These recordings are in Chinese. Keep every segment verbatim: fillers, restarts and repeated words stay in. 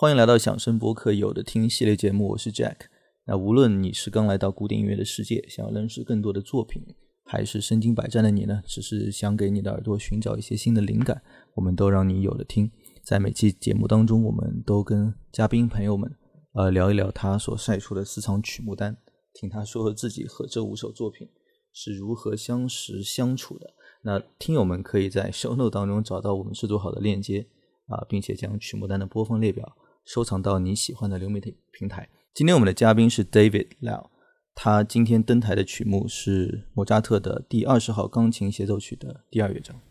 欢迎来到响声播客有的听系列节目，我是 Jack。 那无论你是刚来到古典音乐的世界，想要认识更多的作品，还是身经百战的你呢，只是想给你的耳朵寻找一些新的灵感，我们都让你有的听。在每期节目当中，我们都跟嘉宾朋友们呃聊一聊他所晒出的私藏曲目单，听他说说自己和这五首作品是如何相识相处的。那听友们可以在 show note 当中找到我们制作好的链接啊，并且将曲目单的播放列表收藏到你喜欢的流媒体平台。今天我们的嘉宾是 David Lau， 他今天登台的曲目是莫扎特的第二十号钢琴协奏曲的第二乐章。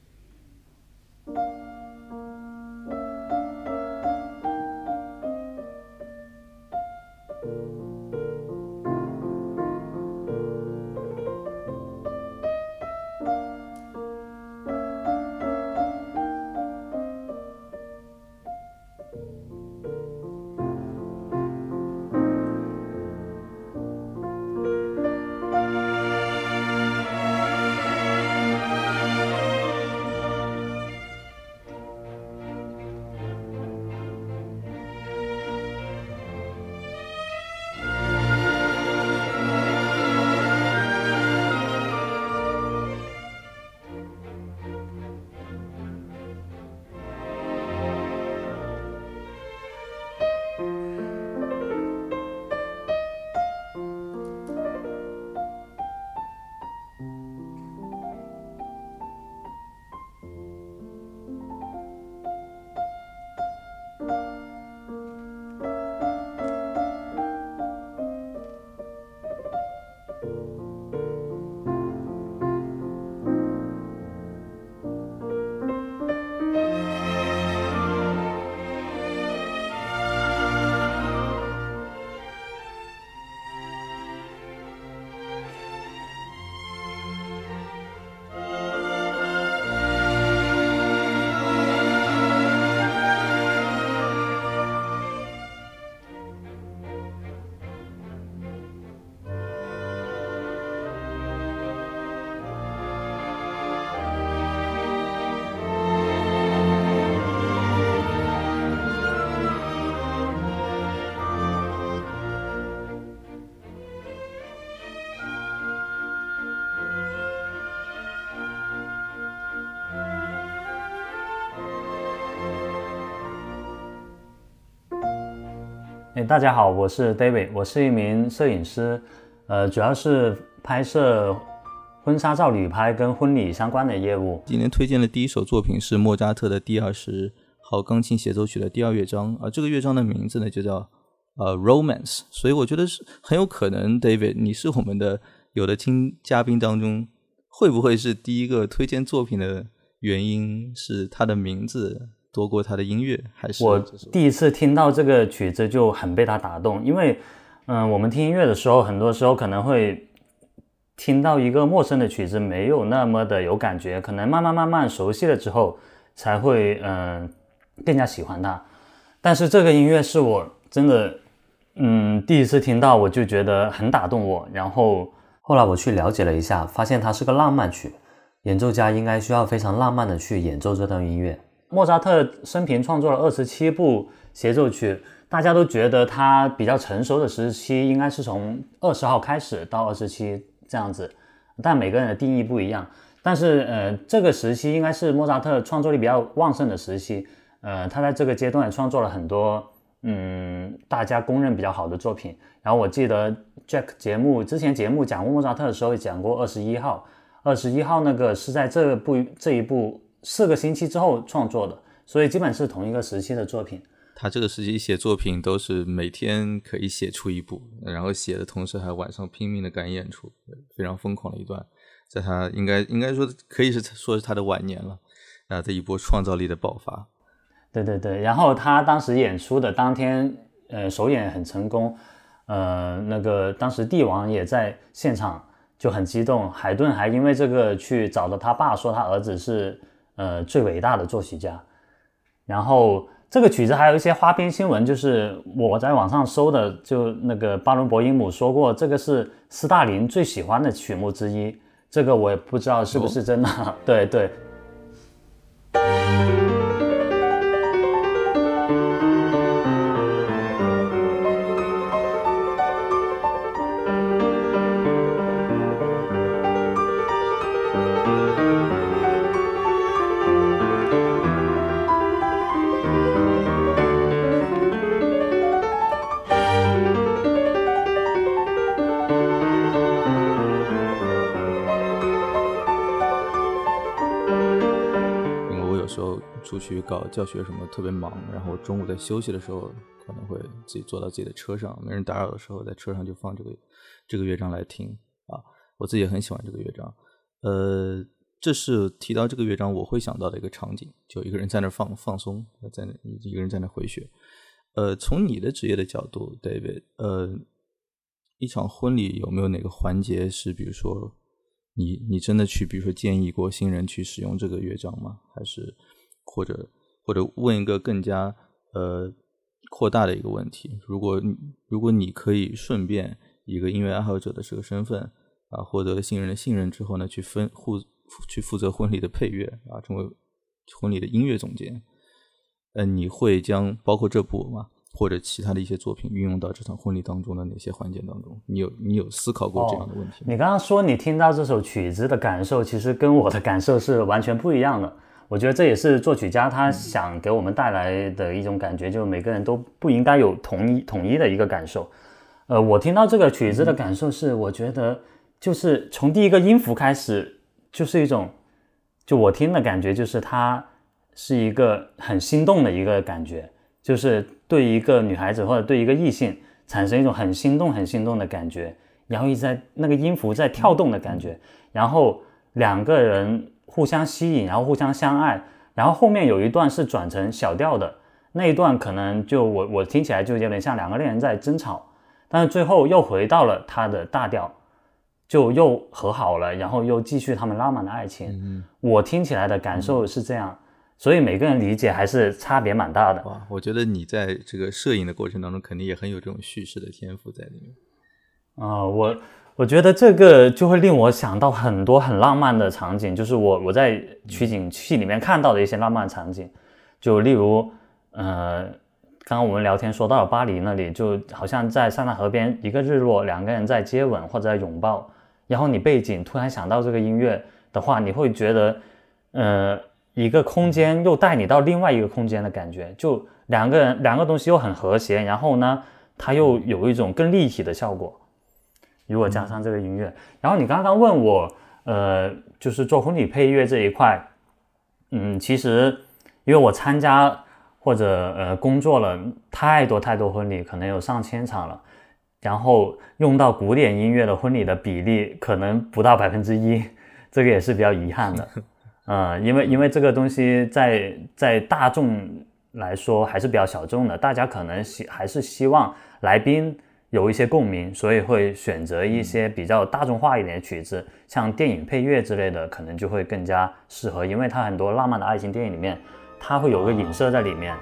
哎，大家好，我是 David， 我是一名摄影师，呃，主要是拍摄婚纱照旅拍跟婚礼相关的业务。 今天推荐的第一首作品是莫扎特的第二十号钢琴协奏曲的第二乐章，而、呃、这个乐章的名字呢就叫呃 Romance， 所以我觉得是很有可能 David 你是我们的有的听嘉宾当中会不会是第一个推荐作品的原因是他的名字多过他的音乐，还是我第一次听到这个曲子就很被他打动，因为嗯、呃，我们听音乐的时候很多时候可能会听到一个陌生的曲子没有那么的有感觉，可能慢慢慢慢熟悉了之后才会嗯、呃、更加喜欢它。但是这个音乐是我真的嗯第一次听到我就觉得很打动我，然后后来我去了解了一下，发现它是个浪漫曲，演奏家应该需要非常浪漫的去演奏这段音乐。 莫扎特生平创作了二十七部协奏曲，大家都觉得他比较成熟的时期应该是从二十号开始到二十七这样子，但每个人的定义不一样。但是呃，这个时期应该是莫扎特创作力比较旺盛的时期，呃，他在这个阶段也创作了很多嗯大家公认比较好的作品。然后我记得 Jack 节目之前节目讲过莫扎特的时候也讲过二十一号，二十一号那个是在这部这一部四个星期之后创作的，所以基本是同一个时期的作品。 他这个时期写作品都是每天可以写出一部，然后写的同时还晚上拼命的赶演出，非常疯狂的一段，在他应该应该说可以是说是他的晚年了啊，这一波创造力的爆发。 对对对，然后他当时演出的当天呃首演很成功，呃那个当时帝王也在现场就很激动，海顿还因为这个去找了他爸，说他儿子是呃最伟大的作曲家。然后这个曲子还有一些花边新闻，就是我在网上搜的，就那个巴伦博伊姆说过这个是斯大林最喜欢的曲目之一，这个我也不知道是不是真的、哦、对对。 有时候出去搞教学什么特别忙，然后中午在休息的时候可能会自己坐到自己的车上，没人打扰的时候在车上就放这个这个乐章来听啊。我自己也很喜欢这个乐章，呃，这是提到这个乐章我会想到的一个场景，就一个人在那放放松，在那一个人在那回血。呃，从你的职业的角度 ，David， 呃，一场婚礼有没有哪个环节是，比如说你你真的去，比如说建议过新人去使用这个乐章吗？还是或者或者问一个更加呃扩大的一个问题，如果如果你可以顺便一个音乐爱好者的这个身份啊，获得了新人的信任之后呢，去分互去负责婚礼的配乐啊，成为婚礼的音乐总监，呃，你会将包括这部吗？或者其他的一些作品运用到这场婚礼当中的哪些环节当中？你有你有思考过这样的问题吗？ 哦，你刚刚说你听到这首曲子的感受，其实跟我的感受是完全不一样的。我觉得这也是作曲家他想给我们带来的一种感觉，就每个人都不应该有统一统一的一个感受。呃，我听到这个曲子的感受是，我觉得就是从第一个音符开始，就是一种，就我听的感觉就是它是一个很心动的一个感觉，就是对一个女孩子或者对一个异性产生一种很心动很心动的感觉，然后一直在那个音符在跳动的感觉，然后两个人互相吸引，然后互相相爱，然后后面有一段是转成小调的，那一段可能就我我听起来就有点像两个恋人在争吵，但是最后又回到了他的大调，就又和好了，然后又继续他们浪漫的爱情。嗯，我听起来的感受是这样，所以每个人理解还是差别蛮大的。 哇，我觉得你在这个摄影的过程当中肯定也很有这种叙事的天赋在里面。 啊、呃，我我觉得这个就会令我想到很多很浪漫的场景，就是我我在取景器里面看到的一些浪漫场景，就例如呃，刚刚我们聊天说到了巴黎那里，就好像在塞纳河边一个日落，两个人在接吻或者在拥抱，然后你背景突然想到这个音乐的话，你会觉得呃一个空间又带你到另外一个空间的感觉，就两个人两个东西又很和谐，然后呢它又有一种更立体的效果，如果加上这个音乐。然后你刚刚问我呃就是做婚礼配乐这一块，嗯，其实因为我参加或者呃工作了太多太多婚礼，可能有上千场了，然后用到古典音乐的婚礼的比例可能不到百分之一，这个也是比较遗憾的。呃，因为因为这个东西在在大众来说还是比较小众的，大家可能希还是希望来宾有一些共鸣，所以会选择一些比较大众化一点的曲子，像电影配乐之类的可能就会更加适合，因为它很多浪漫的爱情电影里面它会有个影射在里面。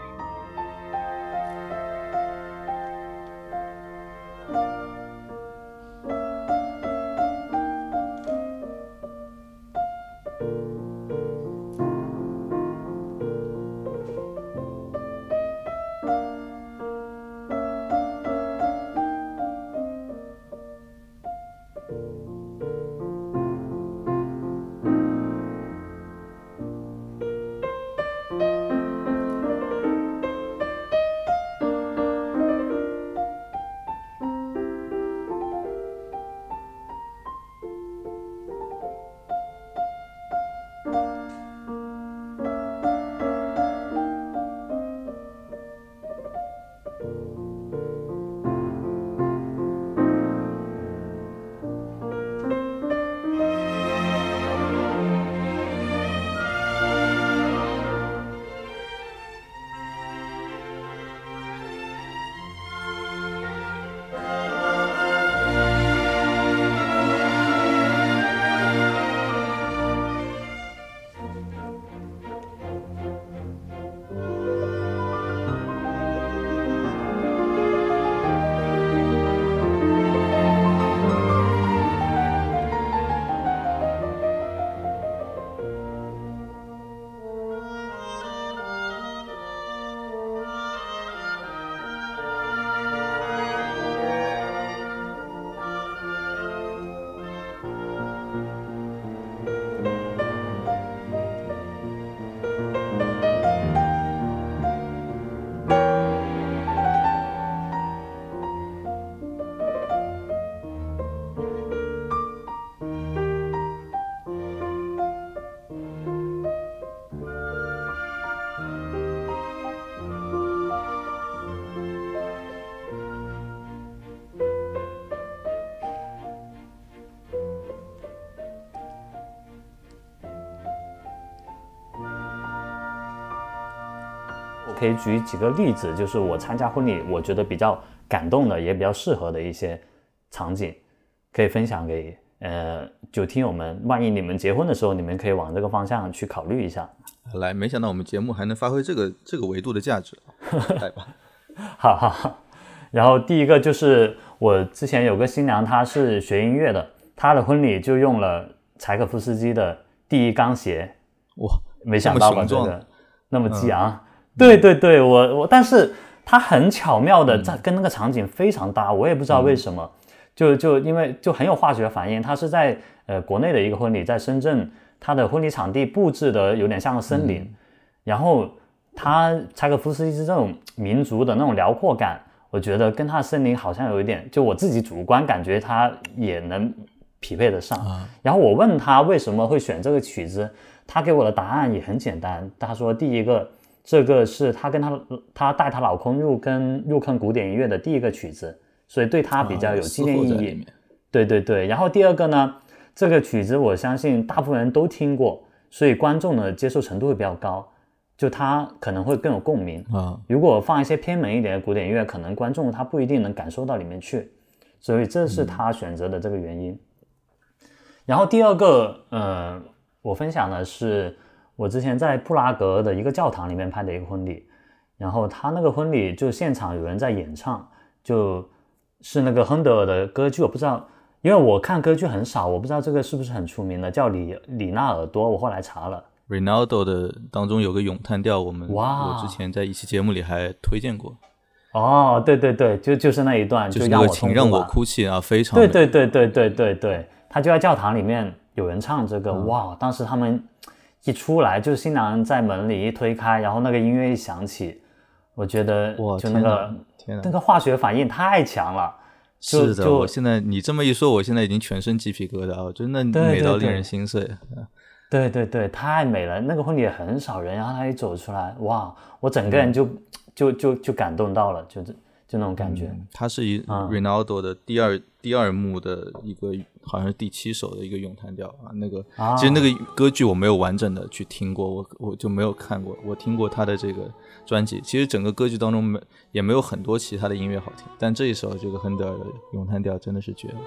可以举几个例子，就是我参加婚礼我觉得比较感动的，也比较适合的一些场景，可以分享给呃就听友们。万一你们结婚的时候，你们可以往这个方向去考虑一下。 来，没想到我们节目还能发挥这个这个维度的价值，来吧。 好好好。然后第一个就是我之前有个新娘，她是学音乐的，她的婚礼就用了柴可夫斯基的第一钢协。 哇， 没想到吧，这个那么激昂。 嗯、 对对对，我我，但是他很巧妙的在跟那个场景非常搭，我也不知道为什么，嗯、就就因为就很有化学反应。他是在呃国内的一个婚礼，在深圳，他的婚礼场地布置的有点像个森林，嗯、然后他柴可夫斯基这种民族的那种辽阔感，我觉得跟他的森林好像有一点，就我自己主观感觉他也能匹配得上。嗯、然后我问他为什么会选这个曲子。她给我的答案也很简单，她说第一个，这个是她跟她她带她老公入坑入坑古典音乐的第一个曲子，所以对她比较有纪念意义。哦、对对对，然后第二个呢，这个曲子我相信大部分人都听过，所以观众的接受程度会比较高，就他可能会更有共鸣。啊，如果放一些偏门一点的古典音乐，可能观众他不一定能感受到里面去，所以这是他选择的这个原因。嗯、然后第二个，呃。我分享的是我之前在布拉格的一个教堂里面拍的一个婚礼，然后他那个婚礼就现场有人在演唱，就是那个亨德尔的歌剧，我不知道，因为我看歌剧很少，我不知道这个是不是很出名的，叫里里纳尔多，我后来查了 Rinaldo 的当中有个咏叹调，我们我之前在一期节目里还推荐过。 哦，对对对，就就是那一段， 就是那个请让我哭泣啊，非常对对对对对对对，他就在教堂里面。有人唱这个，哇！当时他们一出来，就新郎在门里一推开，然后那个音乐一响起，我觉得就那个那个化学反应太强了。 是的，我现在你这么一说，我现在已经全身鸡皮疙瘩了，真的美到令人心碎。 对对对，太美了！那个婚礼也很少人，然后他一走出来，哇！我整个人就、嗯、就就就感动到了，就就那种感觉。 嗯、他是以 Rinaldo 的第二、嗯、第二幕的一个。好像是第七首的一个咏叹调啊，那个、啊、其实那个歌剧我没有完整的去听过，我我就没有看过，我听过他的这个专辑。其实整个歌剧当中没也没有很多其他的音乐好听，但这一首这个亨德尔的咏叹调真的是绝了。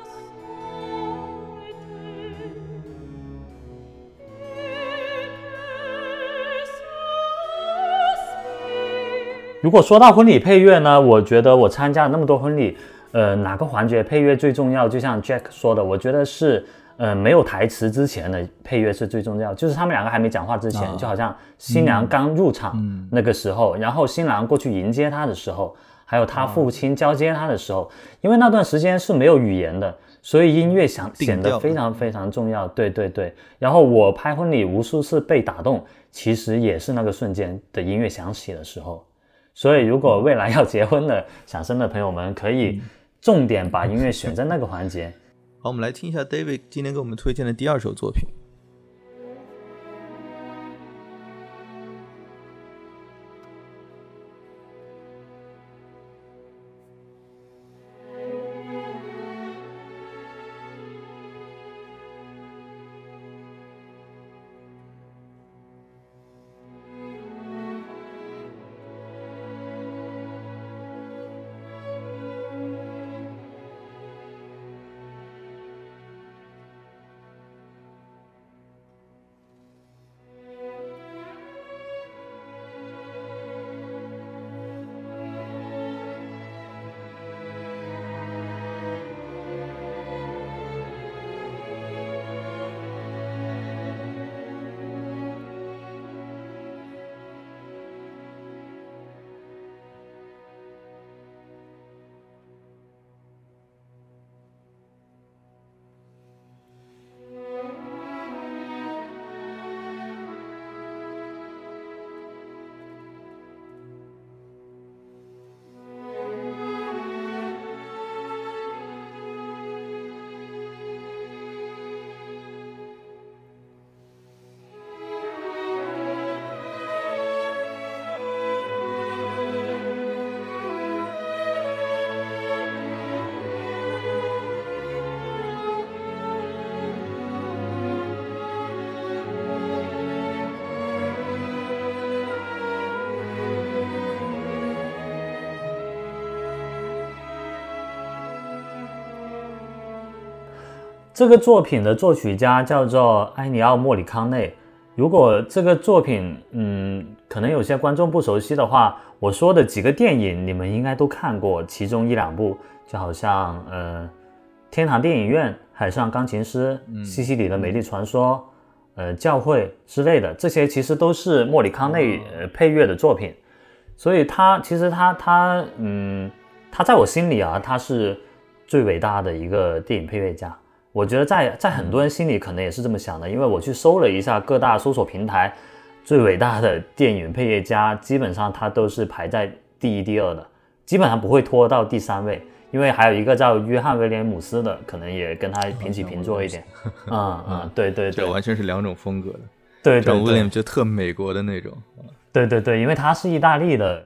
如果说到婚礼配乐呢，我觉得我参加了那么多婚礼。呃，哪个环节配乐最重要？就像 Jack 说的，我觉得是，呃，没有台词之前的配乐是最重要，就是他们两个还没讲话之前，哦、就好像新娘刚入场那个时候，嗯、然后新郎过去迎接她的时候，还有他父亲交接她的时候，哦、因为那段时间是没有语言的，所以音乐想显得非常非常重要。对对对。然后我拍婚礼无数次被打动，其实也是那个瞬间的音乐响起的时候。所以如果未来要结婚的想生的朋友们，可以。嗯重点把音乐选在那个环节。 好，我们来听一下 David 今天给我们推荐的第二首作品。 这个作品的作曲家叫做埃尼奥·莫里康内。如果这个作品，嗯，可能有些观众不熟悉的话，我说的几个电影你们应该都看过，其中一两部，就好像呃，天堂电影院、海上钢琴师、 嗯、 西西里的美丽传说、呃，教会之类的，这些其实都是莫里康内、呃、配乐的作品。所以他其实他他嗯，他在我心里啊，他是最伟大的一个电影配乐家。我觉得在在很多人心里可能也是这么想的，因为我去搜了一下各大搜索平台，最伟大的电影配乐家，基本上他都是排在第一、第二的，基本上不会拖到第三位。因为还有一个叫约翰威廉姆斯的，可能也跟他平起平坐一点。嗯嗯，对对对， 这完全是两种风格的。 对对对， 威廉就特美国的那种。 对对对，因为他是意大利的。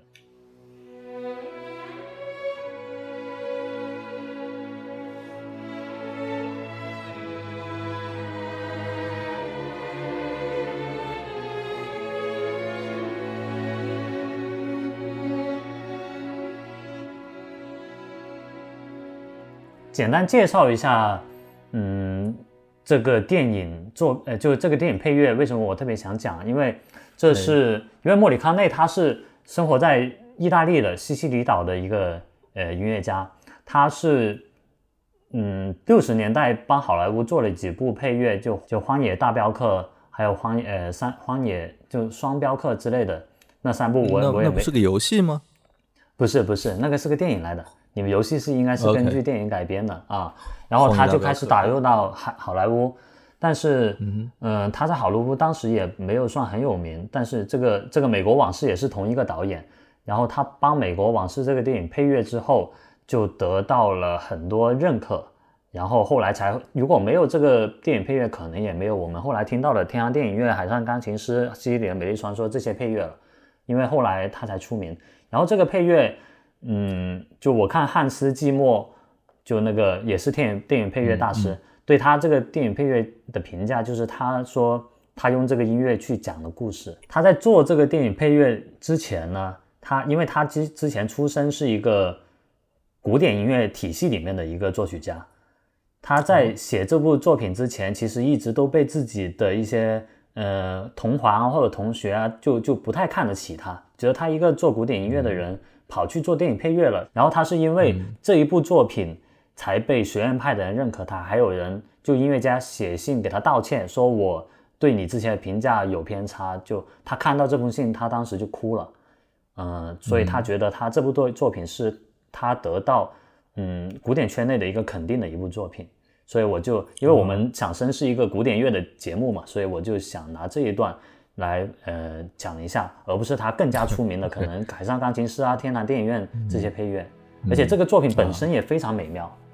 简单介绍一下，嗯，这个电影做，呃，就这个电影配乐，为什么我特别想讲？因为这是因为莫里康内他是生活在意大利的西西里岛的一个呃音乐家，他是嗯六十年代帮好莱坞做了几部配乐，就就《荒野大镖客》，还有荒呃三荒野就双镖客之类的那三部我，我我也没。 那不是个游戏吗？ 不是不是，那个是个电影来的。你们游戏是应该是根据电影改编的、okay. 啊，然后他就开始打入到好莱坞，但是嗯、呃，他在好莱坞当时也没有算很有名，但是这个这个美国往事也是同一个导演，然后他帮美国往事这个电影配乐之后，就得到了很多认可，然后后来才如果没有这个电影配乐，可能也没有我们后来听到的天堂电影院、海上钢琴师、西西里的美丽传说这些配乐了，因为后来他才出名，然后这个配乐。嗯，就我看汉斯季默，就那个也是电影电影配乐大师、嗯嗯，对他这个电影配乐的评价就是他说他用这个音乐去讲的故事。他在做这个电影配乐之前呢，他因为他之之前出身是一个古典音乐体系里面的一个作曲家，他在写这部作品之前，其实一直都被自己的一些呃同行或者同学啊，就就不太看得起他，觉得他一个做古典音乐的人。嗯跑去做电影配乐了，然后他是因为这一部作品才被学院派的人认可他，还有人就音乐家写信给他道歉，说我对你之前的评价有偏差，就他看到这封信他当时就哭了，嗯，所以他觉得他这部作作品是他得到嗯古典圈内的一个肯定的一部作品，所以我就因为我们响声是一个古典乐的节目嘛，所以我就想拿这一段来呃讲一下，而不是他更加出名的可能海上钢琴师啊、天堂电影院这些配乐、嗯、而且这个作品本身也非常美妙、嗯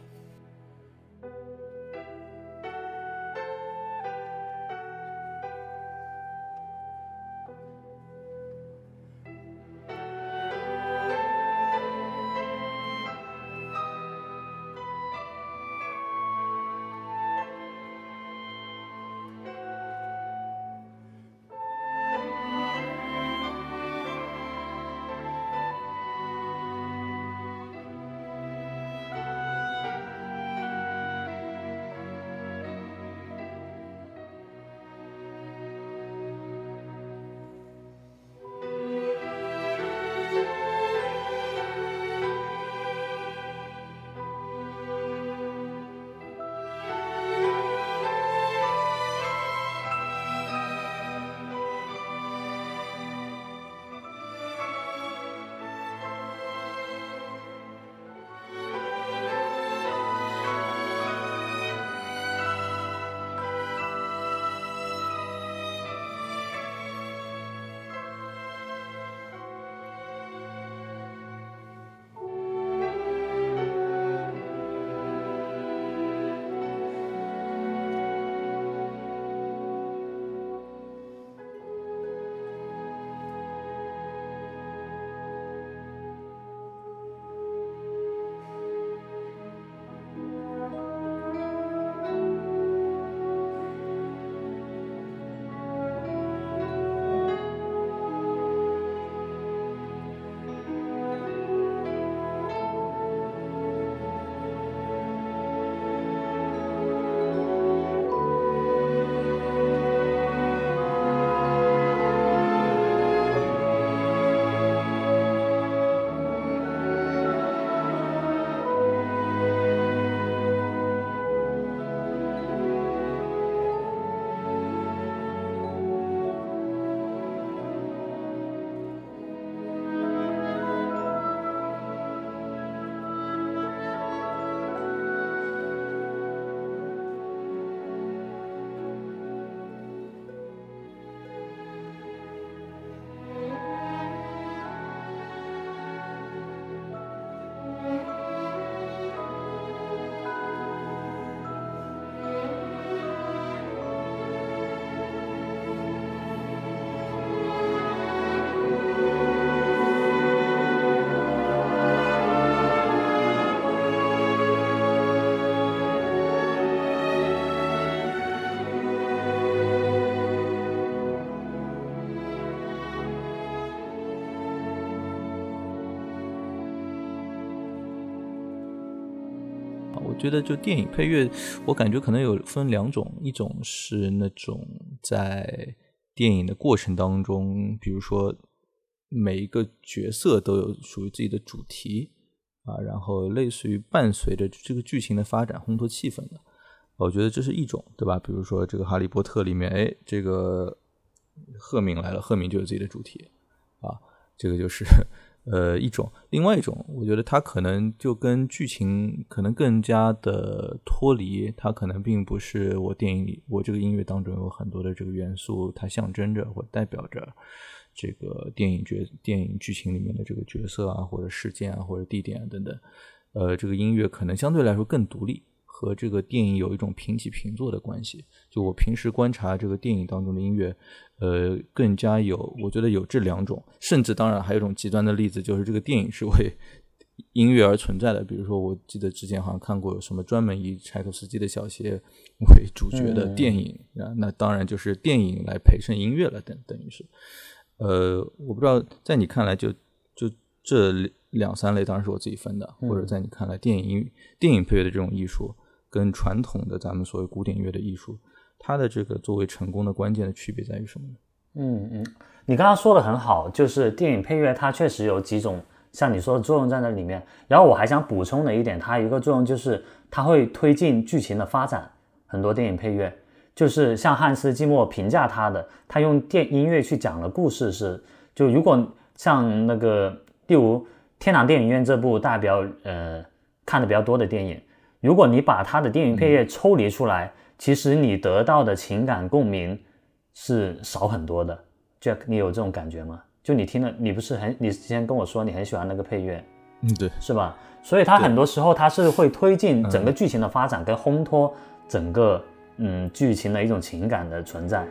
我觉得就电影配乐，我感觉可能有分两种，一种是那种在电影的过程当中，比如说每一个角色都有属于自己的主题啊，然后类似于伴随着这个剧情的发展烘托气氛的，我觉得这是一种，对吧？比如说这个哈利波特里面，哎，这个赫敏来了，赫敏就有自己的主题啊，这个就是呃一种。另外一种，我觉得它可能就跟剧情可能更加的脱离，它可能并不是我电影里我这个音乐当中有很多的这个元素，它象征着或代表着这个电影角电影剧情里面的这个角色啊，或者事件啊，或者地点啊等等，呃，这个音乐可能相对来说更独立，和这个电影有一种平起平坐的关系。就我平时观察这个电影当中的音乐，呃，更加有，我觉得有这两种，甚至当然还有一种极端的例子，就是这个电影是为音乐而存在的。比如说，我记得之前好像看过有什么专门以柴可夫斯基的小楔为主角的电影，嗯啊、那当然就是电影来陪衬音乐了，等等于是。呃，我不知道在你看来就，就就这两三类，当然是我自己分的， 嗯、 或者在你看来，电影电影配乐的这种艺术，跟传统的咱们所谓古典乐的艺术，它的这个作为成功的关键的区别在于什么呢？ 嗯嗯，你刚刚说的很好，就是电影配乐它确实有几种像你说的作用在那里面。然后我还想补充的一点，它有一个作用就是它会推进剧情的发展。很多电影配乐就是像汉斯季默评价他的，他用电音乐去讲的故事是，就如果像那个例如天堂电影院这部大表呃看的比较多的电影，如果你把他的电影配乐抽离出来，嗯、其实你得到的情感共鸣是少很多的。 Jack 你有这种感觉吗？就你听了，你不是很你之前跟我说你很喜欢那个配乐， 嗯，对， 是吧？所以它很多时候它是会推进整个剧情的发展，跟烘托整个嗯剧情的一种情感的存在。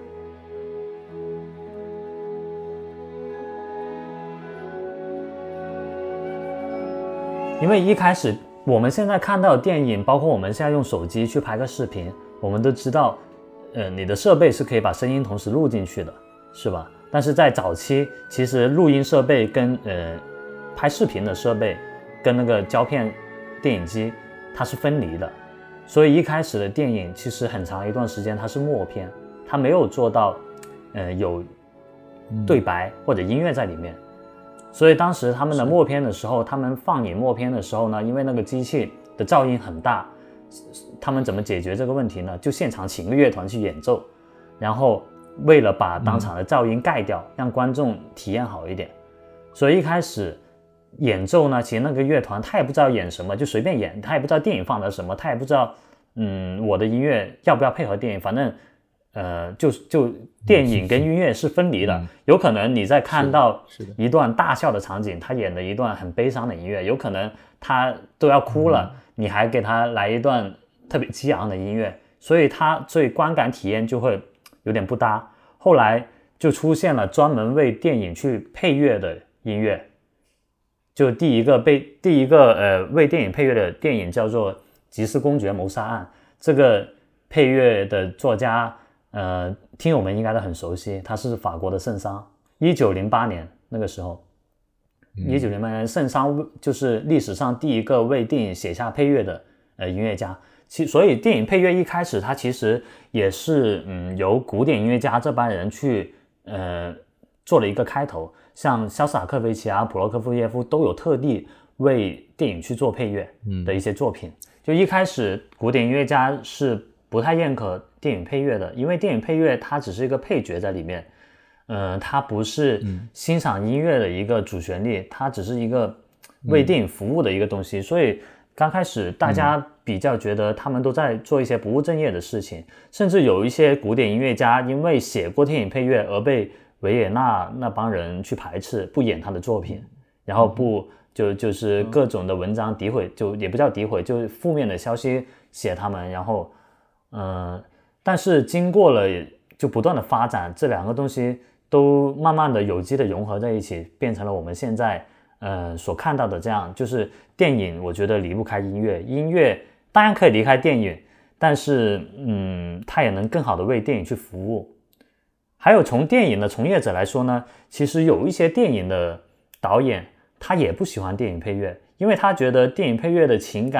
因为一开始我们现在看到的电影，包括我们现在用手机去拍个视频，我们都知道呃，你的设备是可以把声音同时录进去的，是吧？但是在早期，其实录音设备跟呃拍视频的设备跟那个胶片电影机它是分离的，所以一开始的电影其实很长一段时间它是默片，它没有做到呃有对白或者音乐在里面。所以当时他们的默片的时候，他们放映默片的时候呢，因为那个机器的噪音很大，他们怎么解决这个问题呢？就现场请个乐团去演奏，然后为了把当场的噪音盖掉，嗯、让观众体验好一点。所以一开始演奏呢，其实那个乐团他也不知道演什么，就随便演，他也不知道电影放的什么，他也不知道嗯我的音乐要不要配合电影，反正呃就就电影跟音乐是分离的。嗯、有可能你在看到一段大笑的场景，他演的一段很悲伤的音乐，有可能他都要哭了，嗯、你还给他来一段特别激昂的音乐，所以他所以观感体验就会有点不搭。后来就出现了专门为电影去配乐的音乐，就第一个被第一个呃为电影配乐的电影叫做《吉斯公爵谋杀案》，这个配乐的作家呃听友们应该都很熟悉，他是法国的圣桑。一九零八年那个时候，一九零八年圣桑就是历史上第一个为电影写下配乐的呃音乐家。其所以电影配乐一开始它其实也是嗯由古典音乐家这班人去呃做了一个开头，像肖斯塔科维奇啊、普罗科夫耶夫都有特地为电影去做配乐的一些作品。嗯、就一开始古典音乐家是不太认可电影配乐的，因为电影配乐它只是一个配角在里面，呃，它不是欣赏音乐的一个主旋律，它只是一个为电影服务的一个东西，嗯、所以刚开始大家比较觉得他们都在做一些不务正业的事情，甚至有一些古典音乐家因为写过电影配乐而被维也纳那帮人去排斥，不演他的作品，然后不就就是各种的文章诋毁，就也不叫诋毁，就是负面的消息写他们，然后嗯、呃，但是经过了就不断的发展，这两个东西都慢慢的有机的融合在一起，变成了我们现在呃所看到的这样。就是电影我觉得离不开音乐，音乐当然可以离开电影，但是嗯，它也能更好的为电影去服务。还有从电影的从业者来说呢，其实有一些电影的导演他也不喜欢电影配乐，因为他觉得电影配乐的情感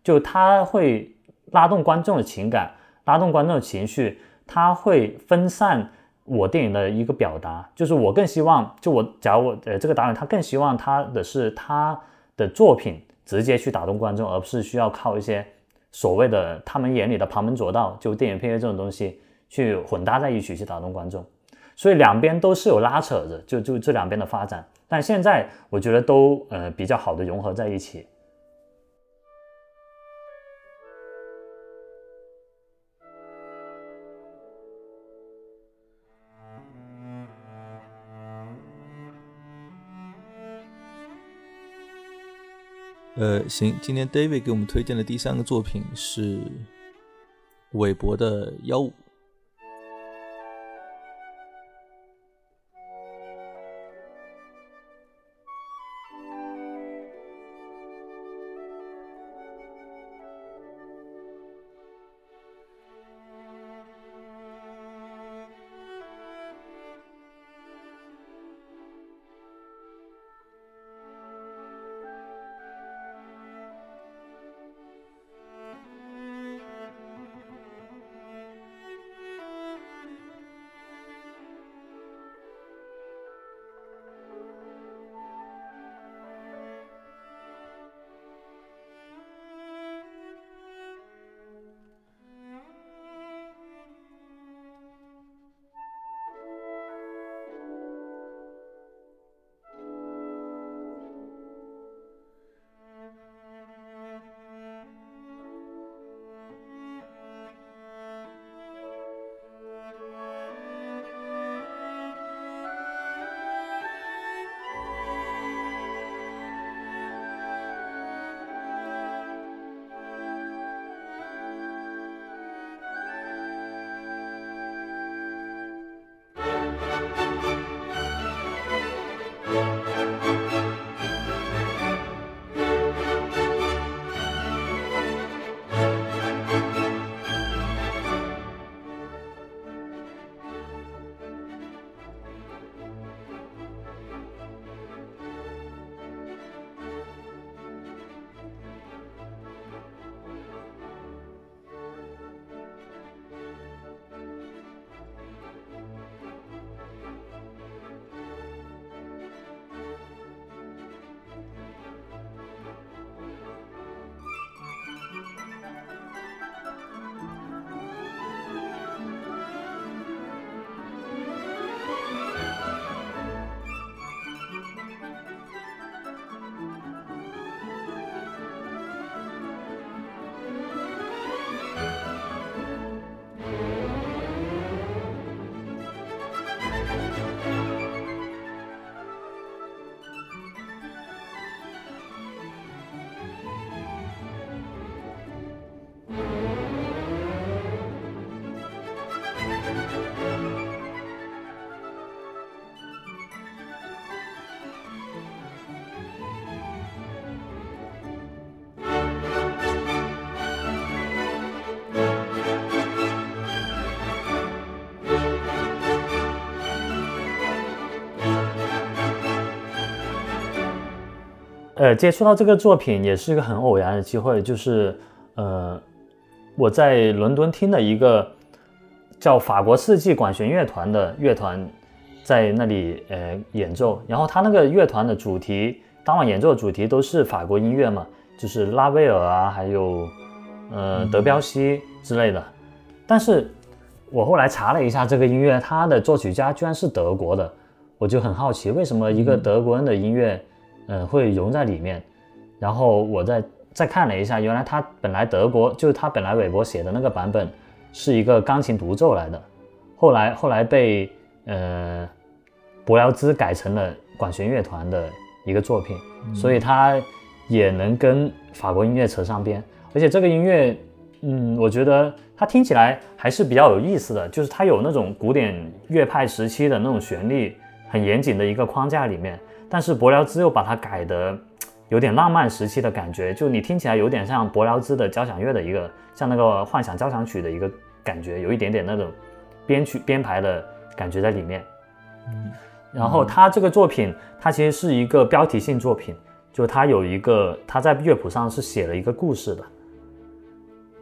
就它会拉动观众的情感，拉动观众的情绪，它会分散我电影的一个表达。就是我更希望，就我假如我呃这个导演他更希望他的是他的作品直接去打动观众，而不是需要靠一些所谓的他们眼里的旁门左道，就电影配乐这种东西去混搭在一起去打动观众。所以两边都是有拉扯着，就就这两边的发展，但现在我觉得都呃比较好的融合在一起。 呃，行，今天 David 给我们推荐的第三个作品是韦伯的《妖舞》。 呃，接触到这个作品也是一个很偶然的机会，就是呃，我在伦敦听的一个叫法国世纪管弦乐团的乐团在那里呃演奏，然后他那个乐团的主题，当晚演奏的主题都是法国音乐嘛，就是拉威尔啊，还有呃德彪西之类的。但是我后来查了一下这个音乐，它的作曲家居然是德国的，我就很好奇为什么一个德国人的音乐呃，会融在里面。然后我再再看了一下，原来他本来德国就是他本来韦伯写的那个版本是一个钢琴独奏来的，后来后来被呃柏辽兹改成了管弦乐团的一个作品，嗯、所以他也能跟法国音乐扯上边。而且这个音乐，嗯，我觉得它听起来还是比较有意思的，就是它有那种古典乐派时期的那种旋律，很严谨的一个框架里面。但是柏辽兹又把它改得有点浪漫时期的感觉，就你听起来有点像柏辽兹的交响乐的一个，像那个幻想交响曲的一个感觉，有一点点那种编曲编排的感觉在里面。嗯，然后他这个作品，它其实是一个标题性作品，就它有一个，它在乐谱上是写了一个故事的，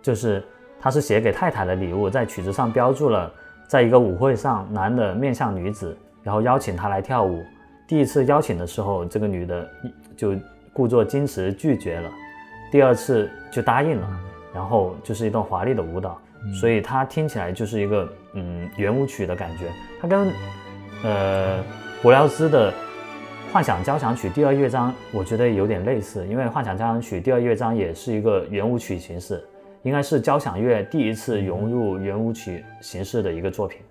就是他是写给太太的礼物，在曲子上标注了，在一个舞会上，男的面向女子，然后邀请她来跳舞。第一次邀请的时候，这个女的就故作矜持拒绝了，第二次就答应了，然后就是一段华丽的舞蹈。嗯、所以它听起来就是一个嗯圆舞曲的感觉，它跟呃柏辽兹的幻想交响曲第二乐章我觉得有点类似，因为幻想交响曲第二乐章也是一个圆舞曲形式，应该是交响乐第一次融入圆舞曲形式的一个作品。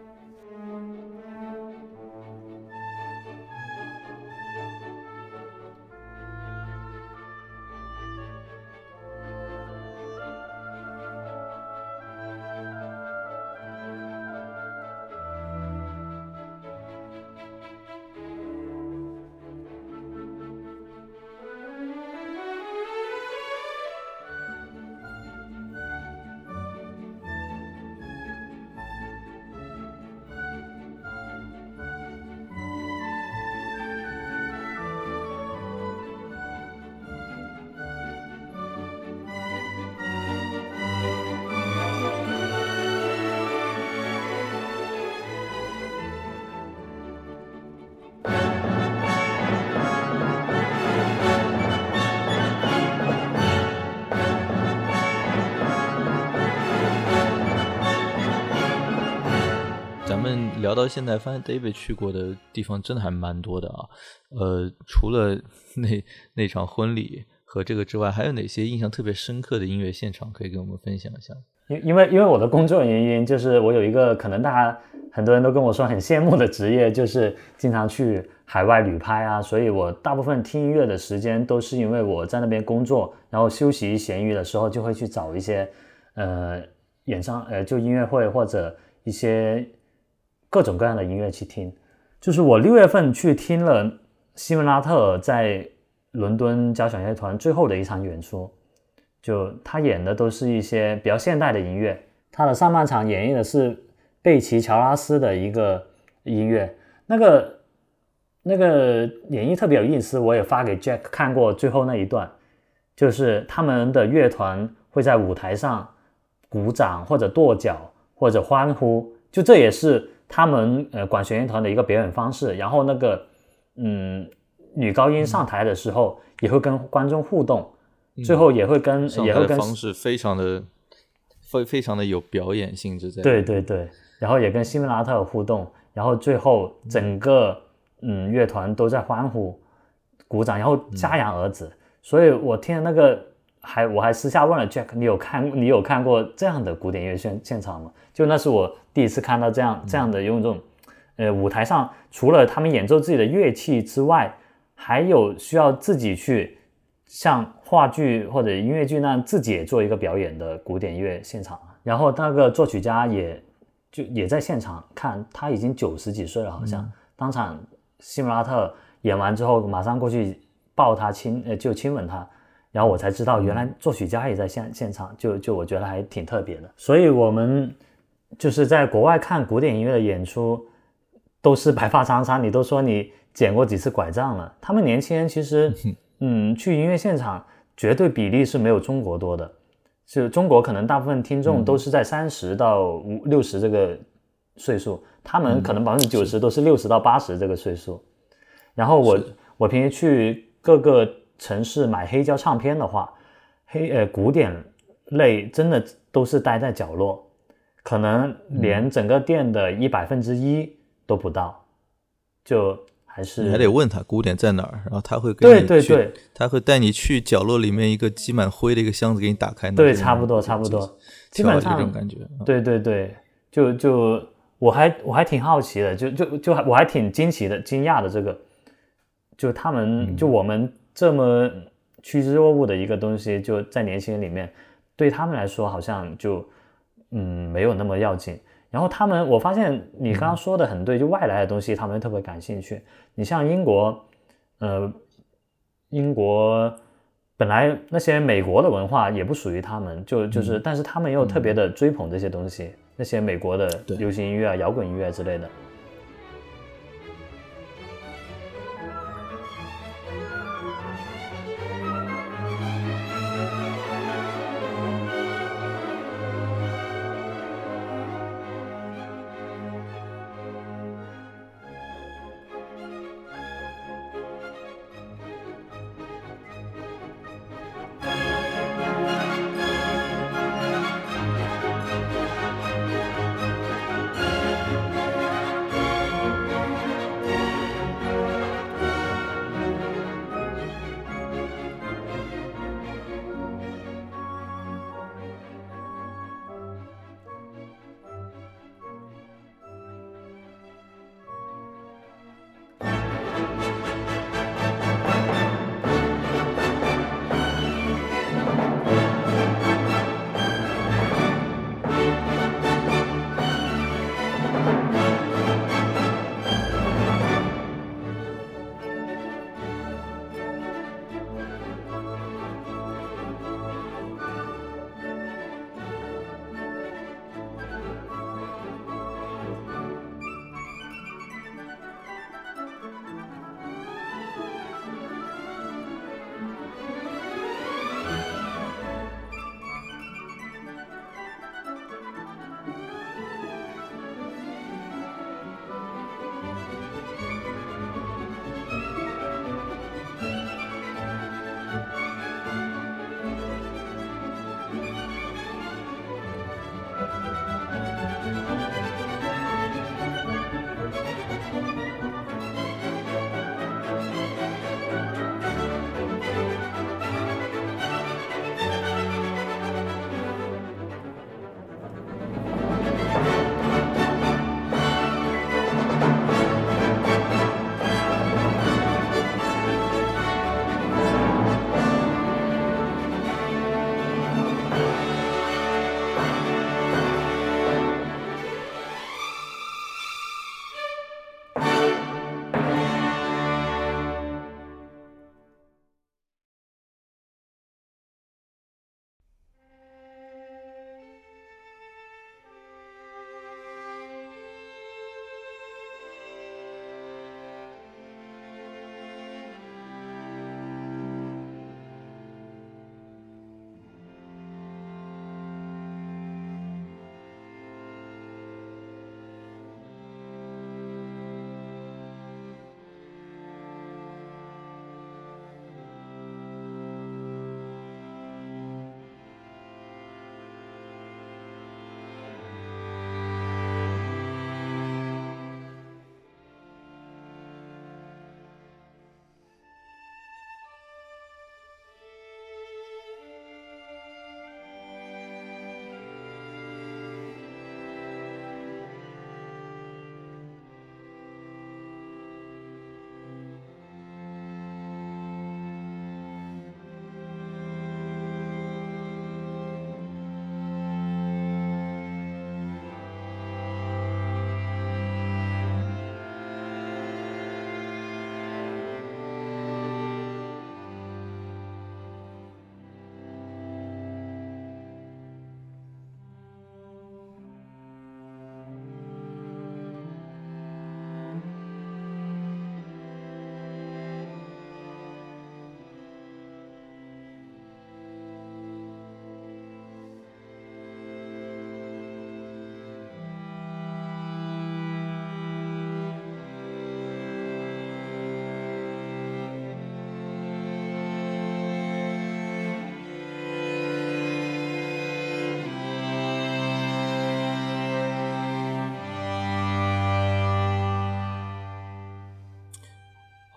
聊到现在发现 David 去过的地方真的还蛮多的啊，呃，除了那那场婚礼和这个之外，还有哪些印象特别深刻的音乐现场可以跟我们分享一下？ 因因为因为我的工作原因，就是我有一个可能大家很多人都跟我说很羡慕的职业，就是经常去海外旅拍啊，所以我大部分听音乐的时间都是因为我在那边工作，然后休息闲余的时候就会去找一些呃演唱呃就音乐会或者一些各种各样的音乐去听。就是我六月份去听了西文拉特尔在伦敦交响乐团最后的一场演出，就他演的都是一些比较现代的音乐，他的上半场演绎的是贝奇乔拉斯的一个音乐，那个那个演绎特别有意思，我也发给 Jack 看过最后那一段，就是他们的乐团会在舞台上鼓掌或者跺脚或者欢呼，就这也是他们呃管弦乐团的一个表演方式。然后那个嗯女高音上台的时候也会跟观众互动，嗯、最后也会跟上台的方式非常的非非常的有表演性质在。 对对对，然后也跟西门拉特尔互动，然后最后整个嗯乐团都在欢呼鼓掌，然后戛然而止。嗯、所以我听那个还我还私下问了 Jack， 你有看你有看过这样的古典乐现现场吗？就那是我第一次看到这样这样的用这种呃舞台上除了他们演奏自己的乐器之外，还有需要自己去像话剧或者音乐剧那样自己也做一个表演的古典乐现场。然后那个作曲家也就也在现场看，他已经九十几岁了好像、嗯、当场西姆拉特演完之后马上过去抱他亲呃就亲吻他，然后我才知道原来作曲家也在现现场，就就我觉得还挺特别的。所以我们就是在国外看古典音乐的演出都是白发苍苍，你都说你捡过几次拐杖了。他们年轻人其实嗯，去音乐现场绝对比例是没有中国多的，就中国可能大部分听众都是在三十到六十这个岁数，他们可能百分之九十都是六十到八十这个岁数。然后我我平时去各个城市买黑胶唱片的话，黑呃古典类真的都是待在角落，可能连整个店的一百分之一都不到，就还是你还得问他古典在哪儿，然后他会跟你去， 对对对， 他会带你去角落里面一个积满灰的一个箱子给你打开。 对，差不多差不多，基本上这种感觉。 对对对，就就我还我还挺好奇的，就就就我还挺惊奇的、惊讶的这个，就他们、嗯、就我们这么趋之若鹜的一个东西，就在年轻人里面，对他们来说好像就嗯没有那么要紧。然后他们，我发现你刚刚说的很对，就外来的东西他们特别感兴趣。你像英国，呃，英国本来那些美国的文化也不属于他们，就就是，但是他们又特别的追捧这些东西，那些美国的流行音乐啊、摇滚音乐之类的。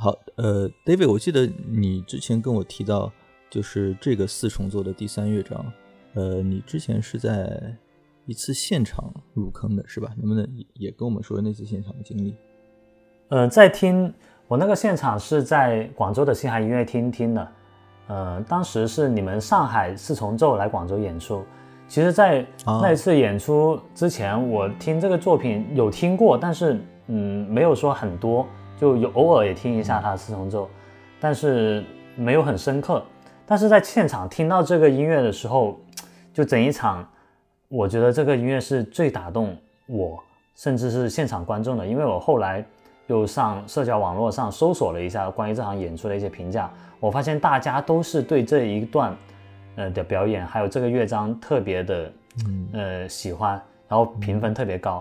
好，呃 ，David， 我记得你之前跟我提到，就是这个四重奏的第三乐章，呃，你之前是在一次现场入坑的，是吧？能不能也跟我们说那次现场的经历？ 呃，在听我那个现场是在广州的星海音乐厅听的，呃，当时是你们上海四重奏来广州演出。其实，在那次演出之前，哦、我听这个作品有听过，但是嗯，没有说很多。就有偶尔也听一下他的四重奏，但是没有很深刻。但是在现场听到这个音乐的时候，就整一场，我觉得这个音乐是最打动我，甚至是现场观众的。因为我后来又上社交网络上搜索了一下关于这场演出的一些评价，我发现大家都是对这一段呃的表演还有这个乐章特别的呃喜欢，然后评分特别高。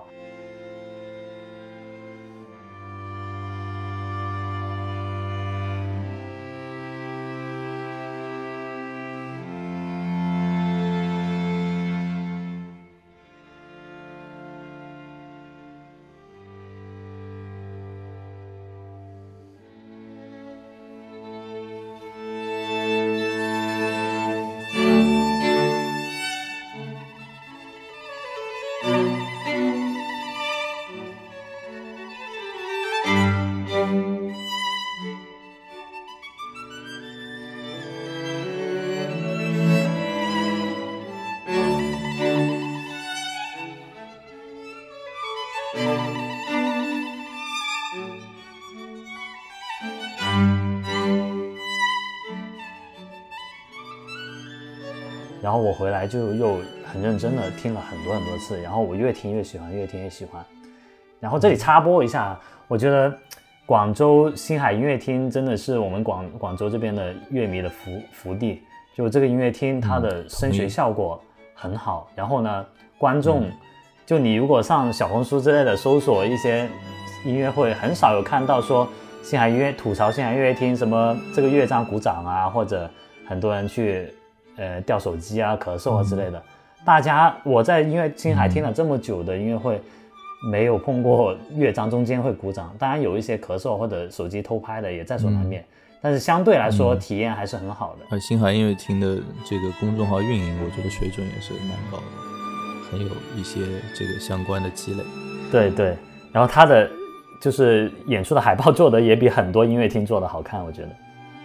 然后我回来就又很认真的听了很多很多次，然后我越听越喜欢，越听越喜欢。然后这里插播一下，我觉得广州星海音乐厅真的是我们广广州这边的乐迷的福福地。就这个音乐厅，它的声学效果很好。然后呢，观众，就你如果上小红书之类的搜索一些音乐会，很少有看到说星海音乐吐槽星海音乐厅什么这个乐章鼓掌啊，或者很多人去。呃，掉手机啊、咳嗽啊之类的，嗯、大家我在音乐星海听了这么久的音乐会，嗯、没有碰过乐章中间会鼓掌。当然有一些咳嗽或者手机偷拍的也在所难免，嗯、但是相对来说、嗯、体验还是很好的。 而星海音乐厅的这个公众号运营，我觉得水准也是蛮高的，很有一些这个相关的积累。 对对，然后他的就是演出的海报做的也比很多音乐厅做的好看，我觉得。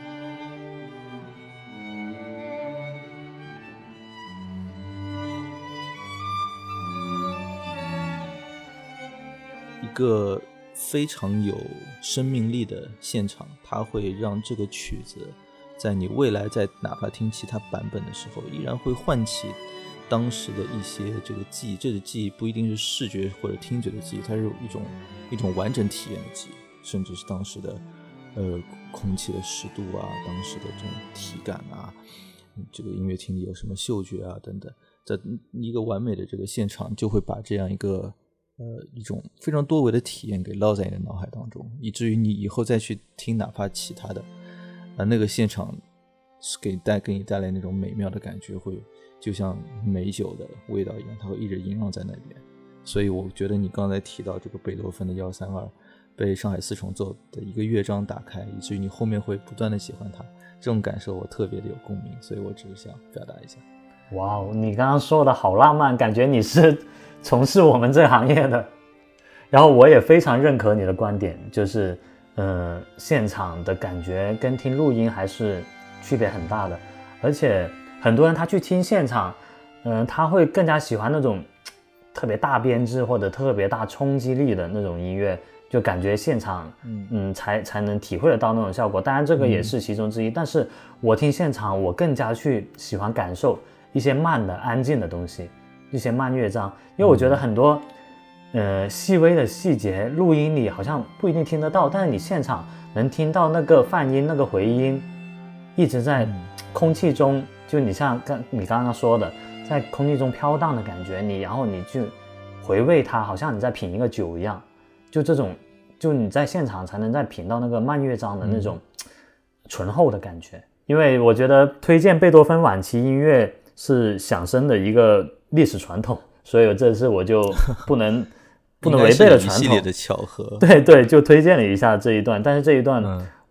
一个非常有生命力的现场，它会让这个曲子在你未来在哪怕听其他版本的时候，依然会唤起当时的一些这个记忆。这个记忆不一定是视觉或者听觉的记忆，它是一种一种完整体验的记忆，甚至是当时的呃空气的湿度啊，当时的这种体感啊，这个音乐厅里有什么嗅觉啊等等，在一个完美的这个现场就会把这样一个呃，一种非常多维的体验给烙在你的脑海当中，以至于你以后再去听哪怕其他的，呃，那个现场是给带给你带来那种美妙的感觉，会就像美酒的味道一样，它会一直萦绕在那边。所以我觉得你刚才提到这个贝多芬的一三二被上海四重奏的一个乐章打开，以至于你后面会不断的喜欢它，这种感受我特别的有共鸣，所以我只是想表达一下。 哇哦，你刚刚说的好浪漫，感觉你是从事我们这行业的。然后我也非常认可你的观点，就是呃，现场的感觉跟听录音还是区别很大的。而且很多人他去听现场，嗯、呃，他会更加喜欢那种特别大编制或者特别大冲击力的那种音乐，就感觉现场嗯嗯才才能体会得到那种效果。当然这个也是其中之一，嗯、但是我听现场我更加去喜欢感受一些慢的安静的东西，一些慢乐章，因为我觉得很多呃细微的细节录音里好像不一定听得到，但是你现场能听到那个泛音那个回音一直在空气中，就你像刚你刚刚说的在空气中飘荡的感觉，你然后你去回味它，好像你在品一个酒一样，就这种就你在现场才能再品到那个慢乐章的那种醇厚的感觉。嗯、因为我觉得推荐贝多芬晚期音乐是响声的一个历史传统，所以这次我就不能不能违背了传统， 一系列的巧合。 对对，就推荐了一下这一段，但是这一段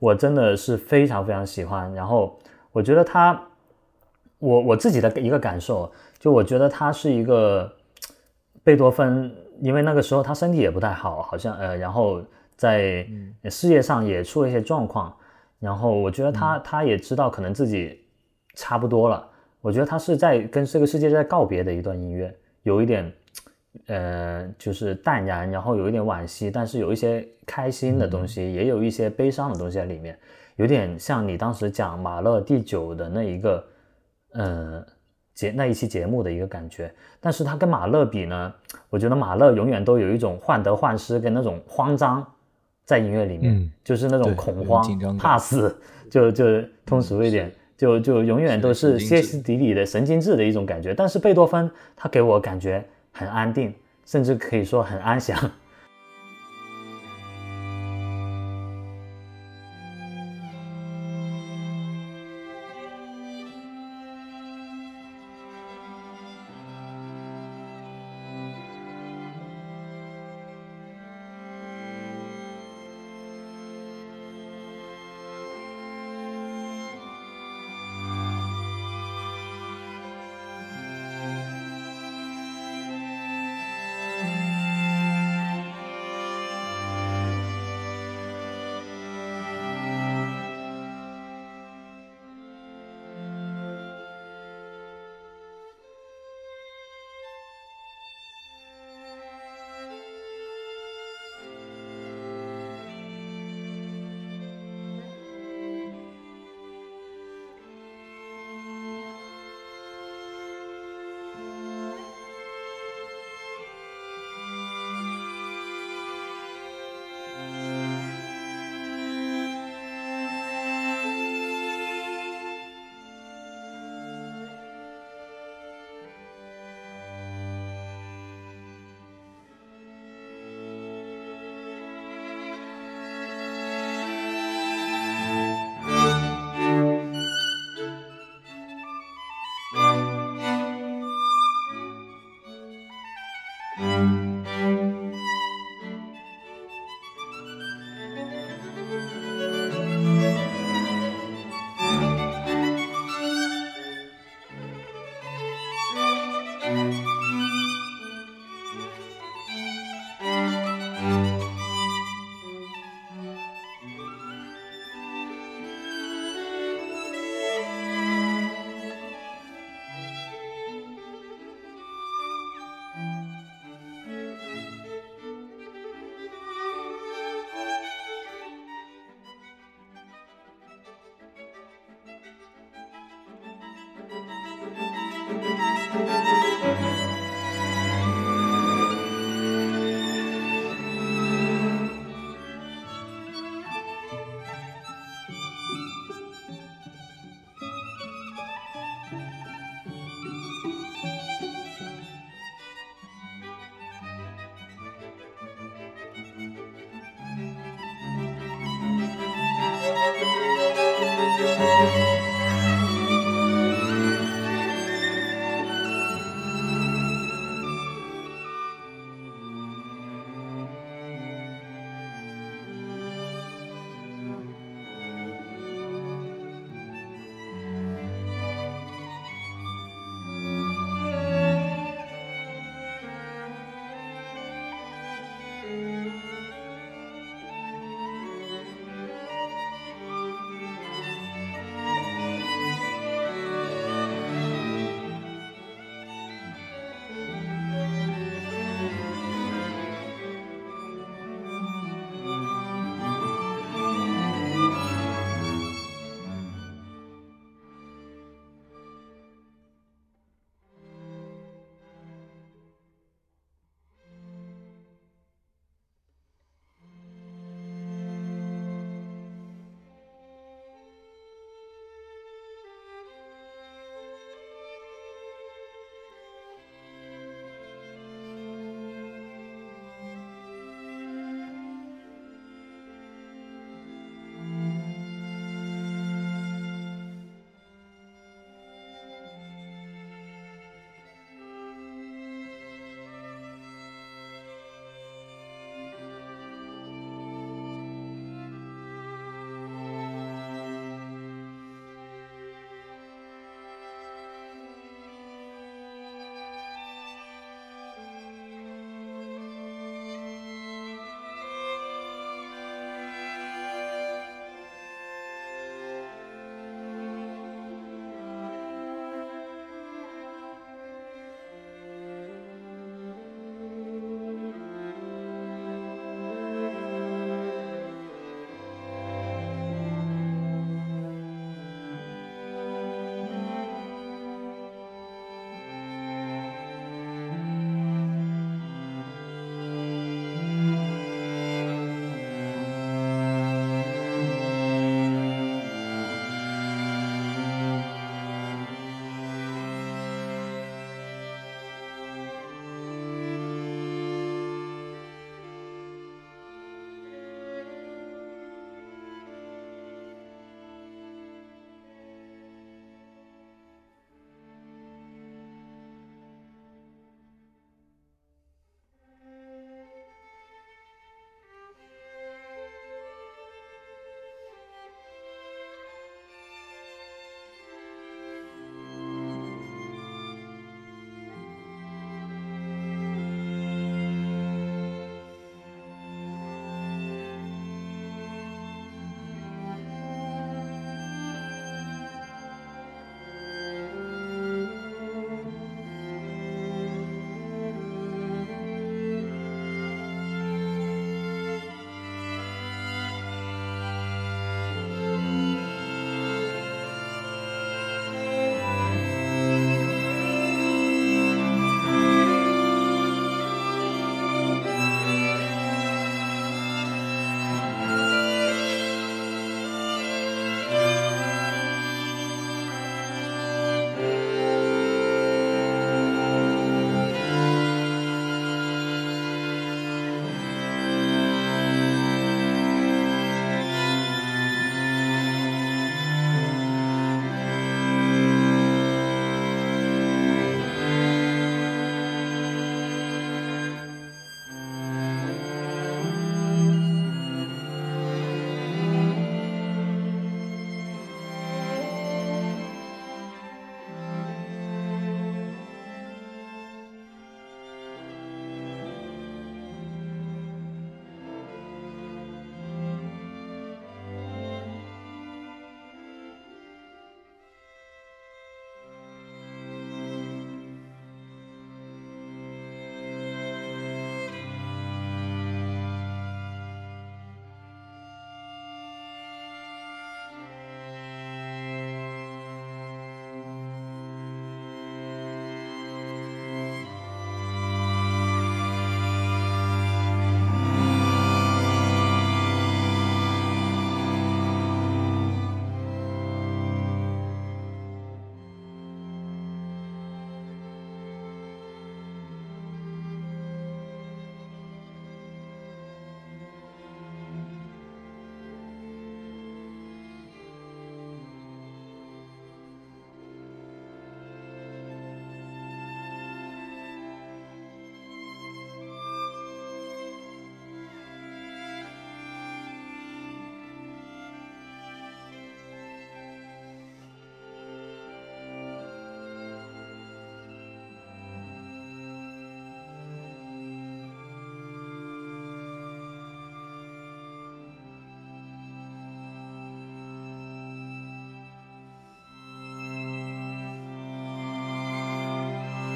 我真的是非常非常喜欢。然后我觉得他，我我自己的一个感受，就我觉得他是一个贝多芬，因为那个时候他身体也不太好，好像呃，然后在事业上也出了一些状况，然后我觉得他、嗯、他也知道可能自己差不多了。我觉得他是在跟这个世界在告别的一段音乐，有一点呃就是淡然，然后有一点惋惜，但是有一些开心的东西、嗯、也有一些悲伤的东西在里面，有点像你当时讲马勒第九的那一个呃节那一期节目的一个感觉。但是他跟马勒比呢，我觉得马勒永远都有一种患得患失跟那种慌张在音乐里面、嗯、就是那种恐慌怕死，就就通俗一点、嗯就就永远都是歇斯底里的神经质的一种感觉。但是贝多芬他给我感觉很安定，甚至可以说很安详。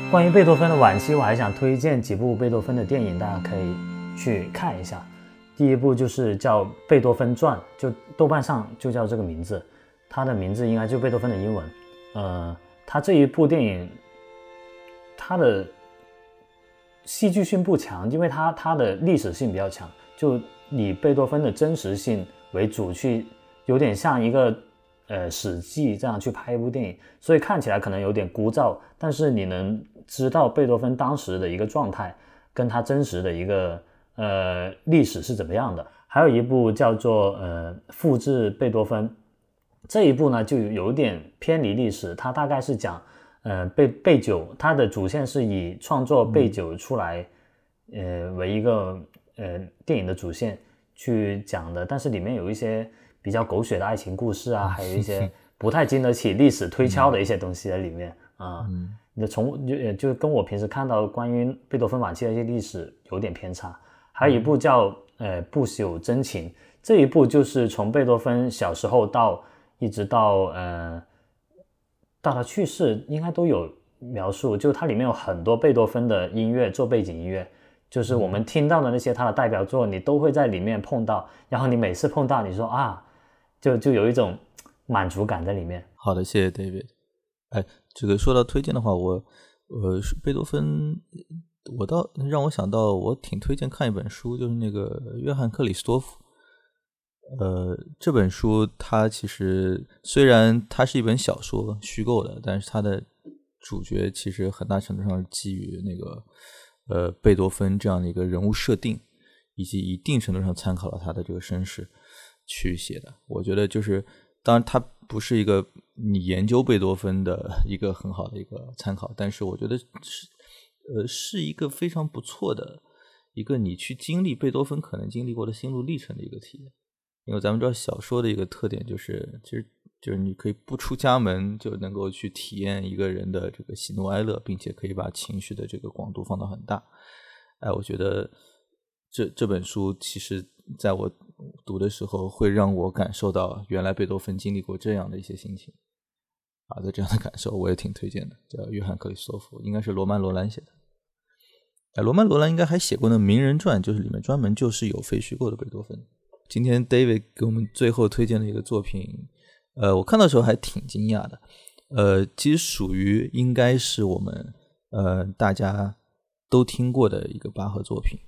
关于贝多芬的晚期，我还想推荐几部贝多芬的电影，大家可以去看一下。第一部就是叫《贝多芬传》，就豆瓣上就叫这个名字，它的名字应该就贝多芬的英文。呃，他这一部电影，它的戏剧性不强，因为它它的历史性比较强，就以贝多芬的真实性为主，去有点像一个呃史记这样去拍一部电影，所以看起来可能有点枯燥，但是你能知道贝多芬当时的一个状态，跟他真实的一个呃历史是怎么样的。还有一部叫做呃复制贝多芬，这一部呢就有点偏离历史，它大概是讲呃贝贝九，它的主线是以创作贝九出来、嗯、呃为一个呃电影的主线去讲的，但是里面有一些比较狗血的爱情故事啊，还有一些不太经得起历史推敲的一些东西在里面啊。嗯，你从就就跟我平时看到关于贝多芬晚期的一些历史有点偏差。还有一部叫呃不朽真情，这一部就是从贝多芬小时候到一直到呃到他去世，应该都有描述，就它里面有很多贝多芬的音乐做背景音乐，就是我们听到的那些他的代表作，你都会在里面碰到，然后你每次碰到，你说啊，就就有一种满足感在里面。 好的，谢谢 David。哎，这个说到推荐的话，我呃贝多芬，我倒让我想到，我挺推荐看一本书，就是那个约翰克里斯多夫。呃，这本书它其实虽然它是一本小说虚构的，但是它的主角其实很大程度上是基于那个呃贝多芬这样的一个人物设定，以及一定程度上参考了他的这个身世去写的。我觉得就是当然它不是一个你研究贝多芬的一个很好的一个参考，但是我觉得是呃是一个非常不错的一个你去经历贝多芬可能经历过的心路历程的一个体验。因为咱们知道小说的一个特点就是其实就是你可以不出家门就能够去体验一个人的这个喜怒哀乐，并且可以把情绪的这个广度放到很大。哎，我觉得这这本书其实在我读的时候会让我感受到原来贝多芬经历过这样的一些心情啊，的这样的感受我也挺推荐的，叫约翰克里斯多夫，应该是罗曼罗兰写的。哎，罗曼罗兰应该还写过那名人传，就是里面专门就是有非虚构的贝多芬。今天 David 给我们最后推荐的一个作品，呃，我看到的时候还挺惊讶的，呃，其实属于应该是我们呃大家都听过的一个巴赫作品。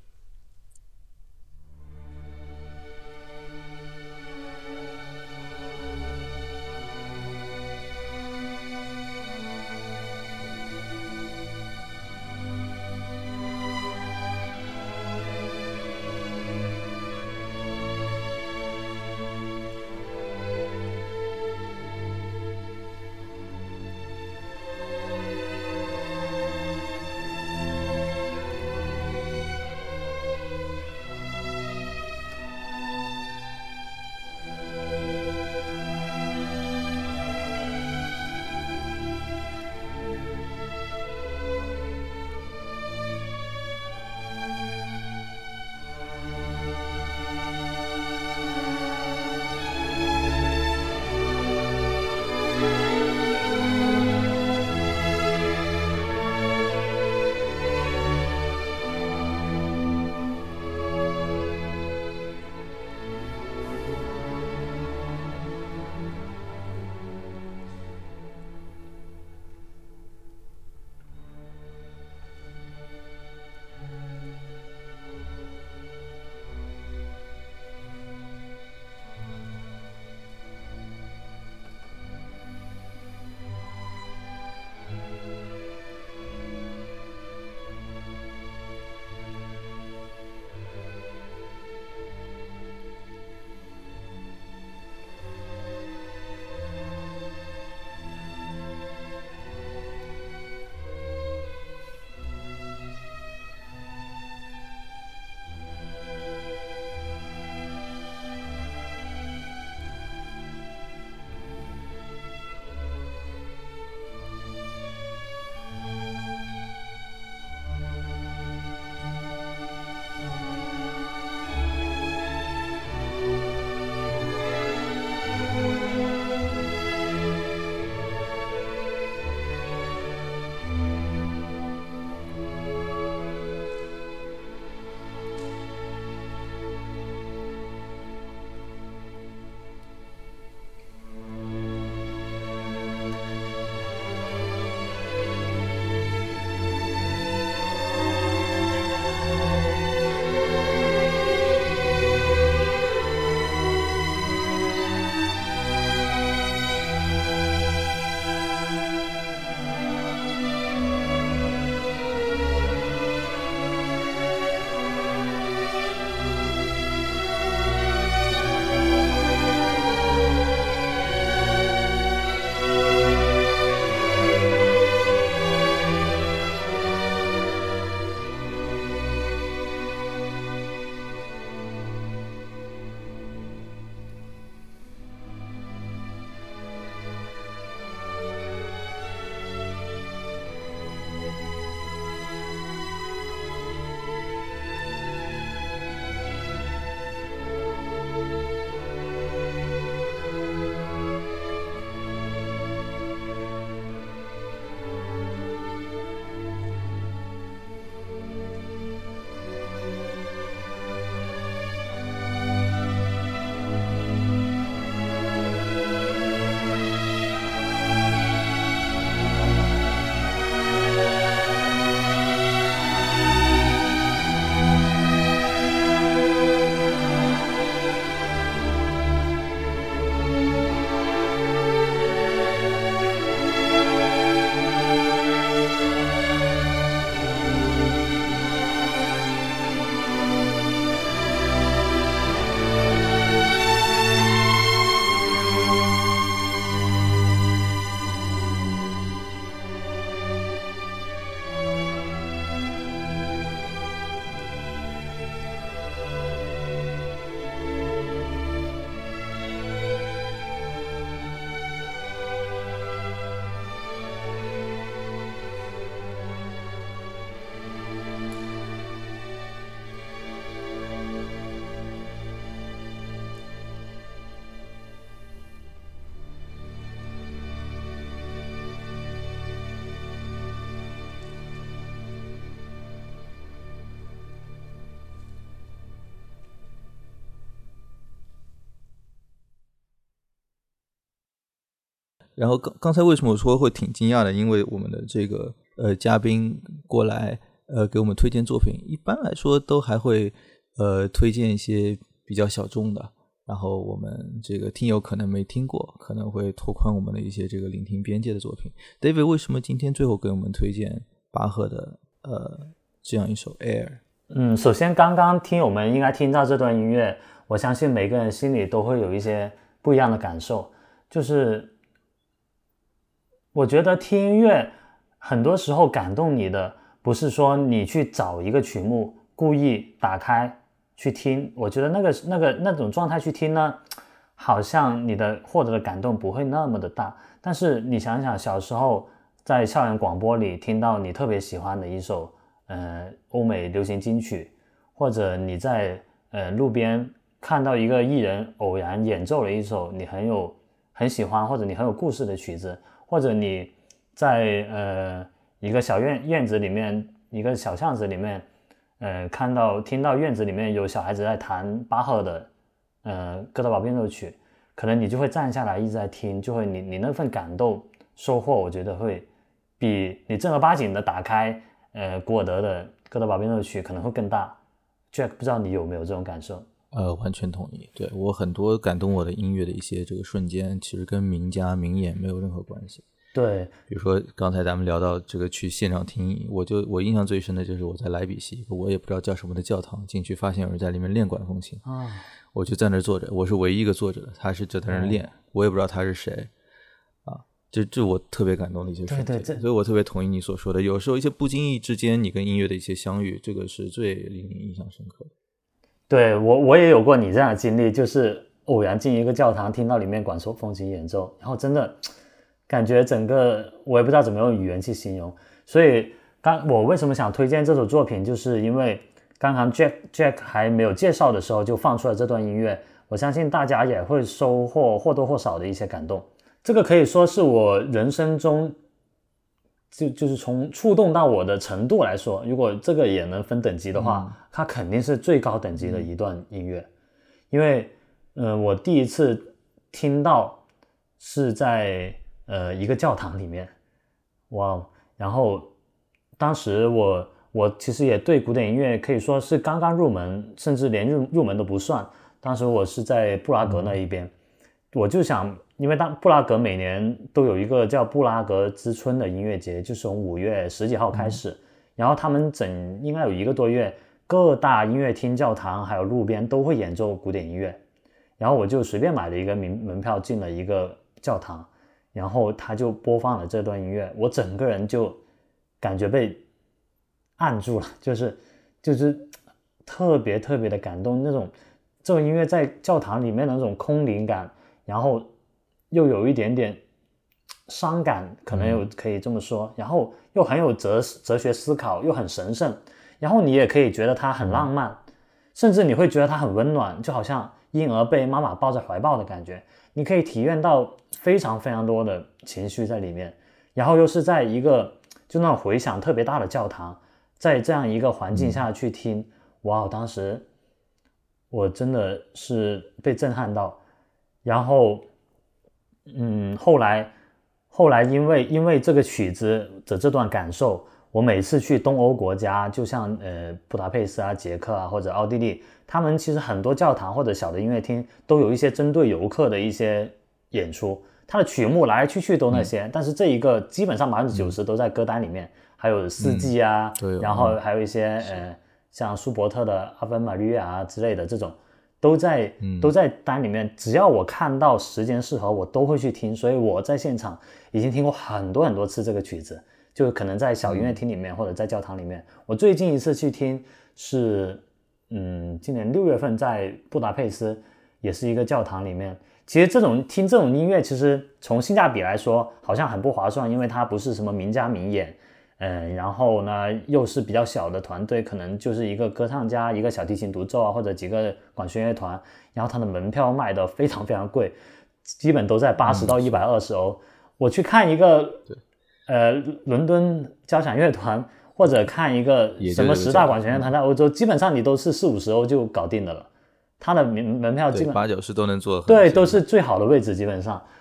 然后刚刚才为什么我说会挺惊讶的？因为我们的这个呃嘉宾过来呃给我们推荐作品，一般来说都还会呃推荐一些比较小众的，然后我们这个听友可能没听过，可能会拓宽我们的一些这个聆听边界的作品。David 为什么今天最后给我们推荐巴赫的呃这样一首 Air？ 嗯，首先刚刚听友们应该听到这段音乐，我相信每个人心里都会有一些不一样的感受，就是我觉得听音乐很多时候感动你的不是说你去找一个曲目故意打开去听，我觉得那个那个那种状态去听呢，好像你的获得的感动不会那么的大。但是你想想小时候在校园广播里听到你特别喜欢的一首呃欧美流行金曲，或者你在呃路边看到一个艺人偶然演奏了一首你很有很喜欢或者你很有故事的曲子，或者你在呃一个小院院子里面一个小巷子里面呃看到听到院子里面有小孩子在弹巴赫的呃哥德堡变奏曲，可能你就会站下来一直在听，就会你你那份感动收获我觉得会比你正儿八经的打开呃古尔德的哥德堡变奏曲可能会更大。 Jack 不知道你有没有这种感受？ 呃，完全同意。对，我很多感动我的音乐的一些这个瞬间，其实跟名家名演没有任何关系。 对， 比如说刚才咱们聊到这个去现场听，我就我印象最深的就是我在莱比锡一个我也不知道叫什么的教堂进去，发现有人在里面练管风琴啊，我就在那儿坐着，我是唯一一个坐着的，他是就在那儿练、嗯，我也不知道他是谁啊，这这我特别感动的一些瞬间。对对，所以我特别同意你所说的，有时候一些不经意之间你跟音乐的一些相遇，这个是最令你印象深刻的。 对，我我也有过你这样的经历，就是偶然进一个教堂听到里面管风琴演奏，然后真的感觉整个我也不知道怎么用语言去形容。所以刚我为什么想推荐这首作品，就是因为刚刚 Jack Jack 还没有介绍的时候就放出了这段音乐，我相信大家也会收获或多或少的一些感动。这个可以说是我人生中就就是从触动到我的程度来说，如果这个也能分等级的话、嗯、它肯定是最高等级的一段音乐。因为呃，我第一次听到是在呃一个教堂里面，哇！然后当时我我其实也对古典音乐可以说是刚刚入门，甚至连入入门都不算。当时我是在布拉格那一边、嗯、我就想，因为当布拉格每年都有一个叫布拉格之春的音乐节，就是从五月十几号开始、嗯、然后他们整应该有一个多月，各大音乐厅、教堂还有路边都会演奏古典音乐。然后我就随便买了一个门票进了一个教堂，然后他就播放了这段音乐，我整个人就感觉被按住了，就是就是特别特别的感动，那种这种音乐在教堂里面的那种空灵感，然后又有一点点伤感，可能有可以这么说、嗯、然后又很有哲哲学思考，又很神圣，然后你也可以觉得它很浪漫、嗯、甚至你会觉得它很温暖，就好像婴儿被妈妈抱在怀抱的感觉，你可以体验到非常非常多的情绪在里面。然后又是在一个就那种回响特别大的教堂，在这样一个环境下去听、嗯、哇，当时我真的是被震撼到。然后嗯，后来后来因为因为这个曲子的这段感受，我每次去东欧国家，就像呃布达佩斯啊、捷克啊或者奥地利，他们其实很多教堂或者小的音乐厅都有一些针对游客的一些演出，它的曲目来来去去都那些、嗯、但是这一个基本上百分之九十都在歌单里面、嗯、还有四季啊、嗯、然后还有一些、嗯、呃像舒伯特的阿芬玛利亚之类的，这种都在、嗯、都在单里面，只要我看到时间适合我都会去听，所以我在现场已经听过很多很多次这个曲子，就可能在小音乐厅里面、嗯、或者在教堂里面。我最近一次去听是嗯，今年六月份在布达佩斯，也是一个教堂里面。其实这种听这种音乐，其实从性价比来说好像很不划算，因为它不是什么名家名演，嗯，然后呢又是比较小的团队，可能就是一个歌唱家、一个小提琴独奏啊，或者几个管弦乐团，然后它的门票卖得非常非常贵，基本都在八十到一百二十欧。我去看一个呃伦敦交响乐团，或者看一个什么十大管弦乐团在欧洲，基本上你都是四五十欧就搞定的了。它的门票基本八九十都能坐， 对，都是最好的位置基本上。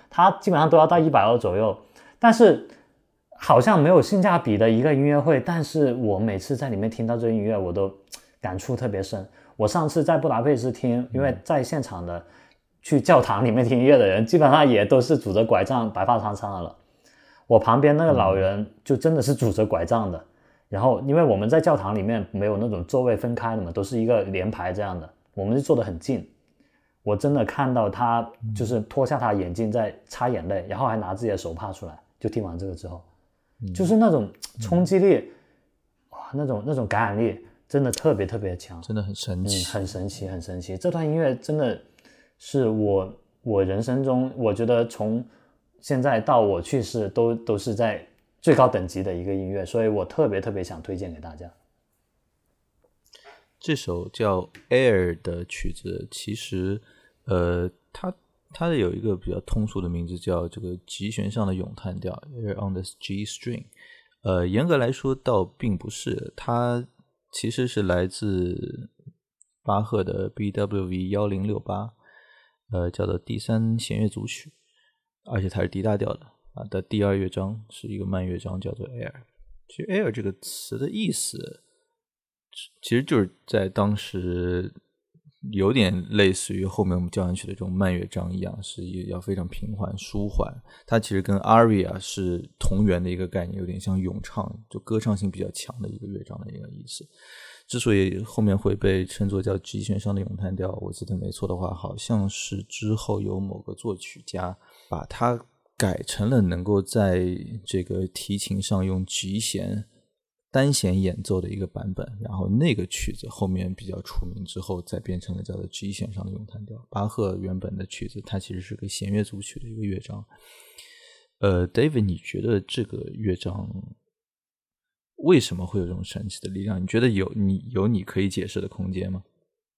它基本上都要到一百欧左右，但是好像没有性价比的一个音乐会，但是我每次在里面听到这个音乐我都感触特别深。我上次在布达佩斯听，因为在现场的去教堂里面听音乐的人基本上也都是拄着拐杖白发苍苍的了，我旁边那个老人就真的是拄着拐杖的，然后因为我们在教堂里面没有那种座位分开的嘛，都是一个连排这样的，我们就坐得很近，我真的看到他就是脱下他眼镜在擦眼泪，然后还拿自己的手帕出来，就听完这个之后，就是那种冲击力，哇，那种那种感染力真的特别特别强， 真的很神奇、 嗯、很神奇很神奇。这段音乐真的是我我人生中我觉得从现在到我去世都都是在最高等级的一个音乐，所以我特别特别想推荐给大家。 这首叫 Air 的曲子其实呃它它的有一个比较通俗的名字叫这个 G 弦上的咏叹调 Air on the G string， 呃严格来说倒并不是，它其实是来自巴赫的 B W V 一零六八， 呃叫做第三弦乐组曲，而且它是 D 大调的啊的第二乐章是一个慢乐章叫做 Air。 其实 Air 这个词的意思其实就是在当时有点类似于后面我们交响曲的这种慢乐章一样，是要非常平缓舒缓，它其实跟 aria 是同源的一个概念，有点像咏唱，就歌唱性比较强的一个乐章的一个意思。之所以后面会被称作叫 G 弦上的咏叹调，我记得没错的话好像是之后有某个作曲家把它改成了能够在这个提琴上用 G 弦单弦演奏的一个版本，然后那个曲子后面比较出名之后再变成了叫做 G 弦上的咏叹调。巴赫原本的曲子它其实是个弦乐组曲的一个乐章。呃 David 你觉得这个乐章为什么会有这种神奇的力量？你觉得有你有你可以解释的空间吗？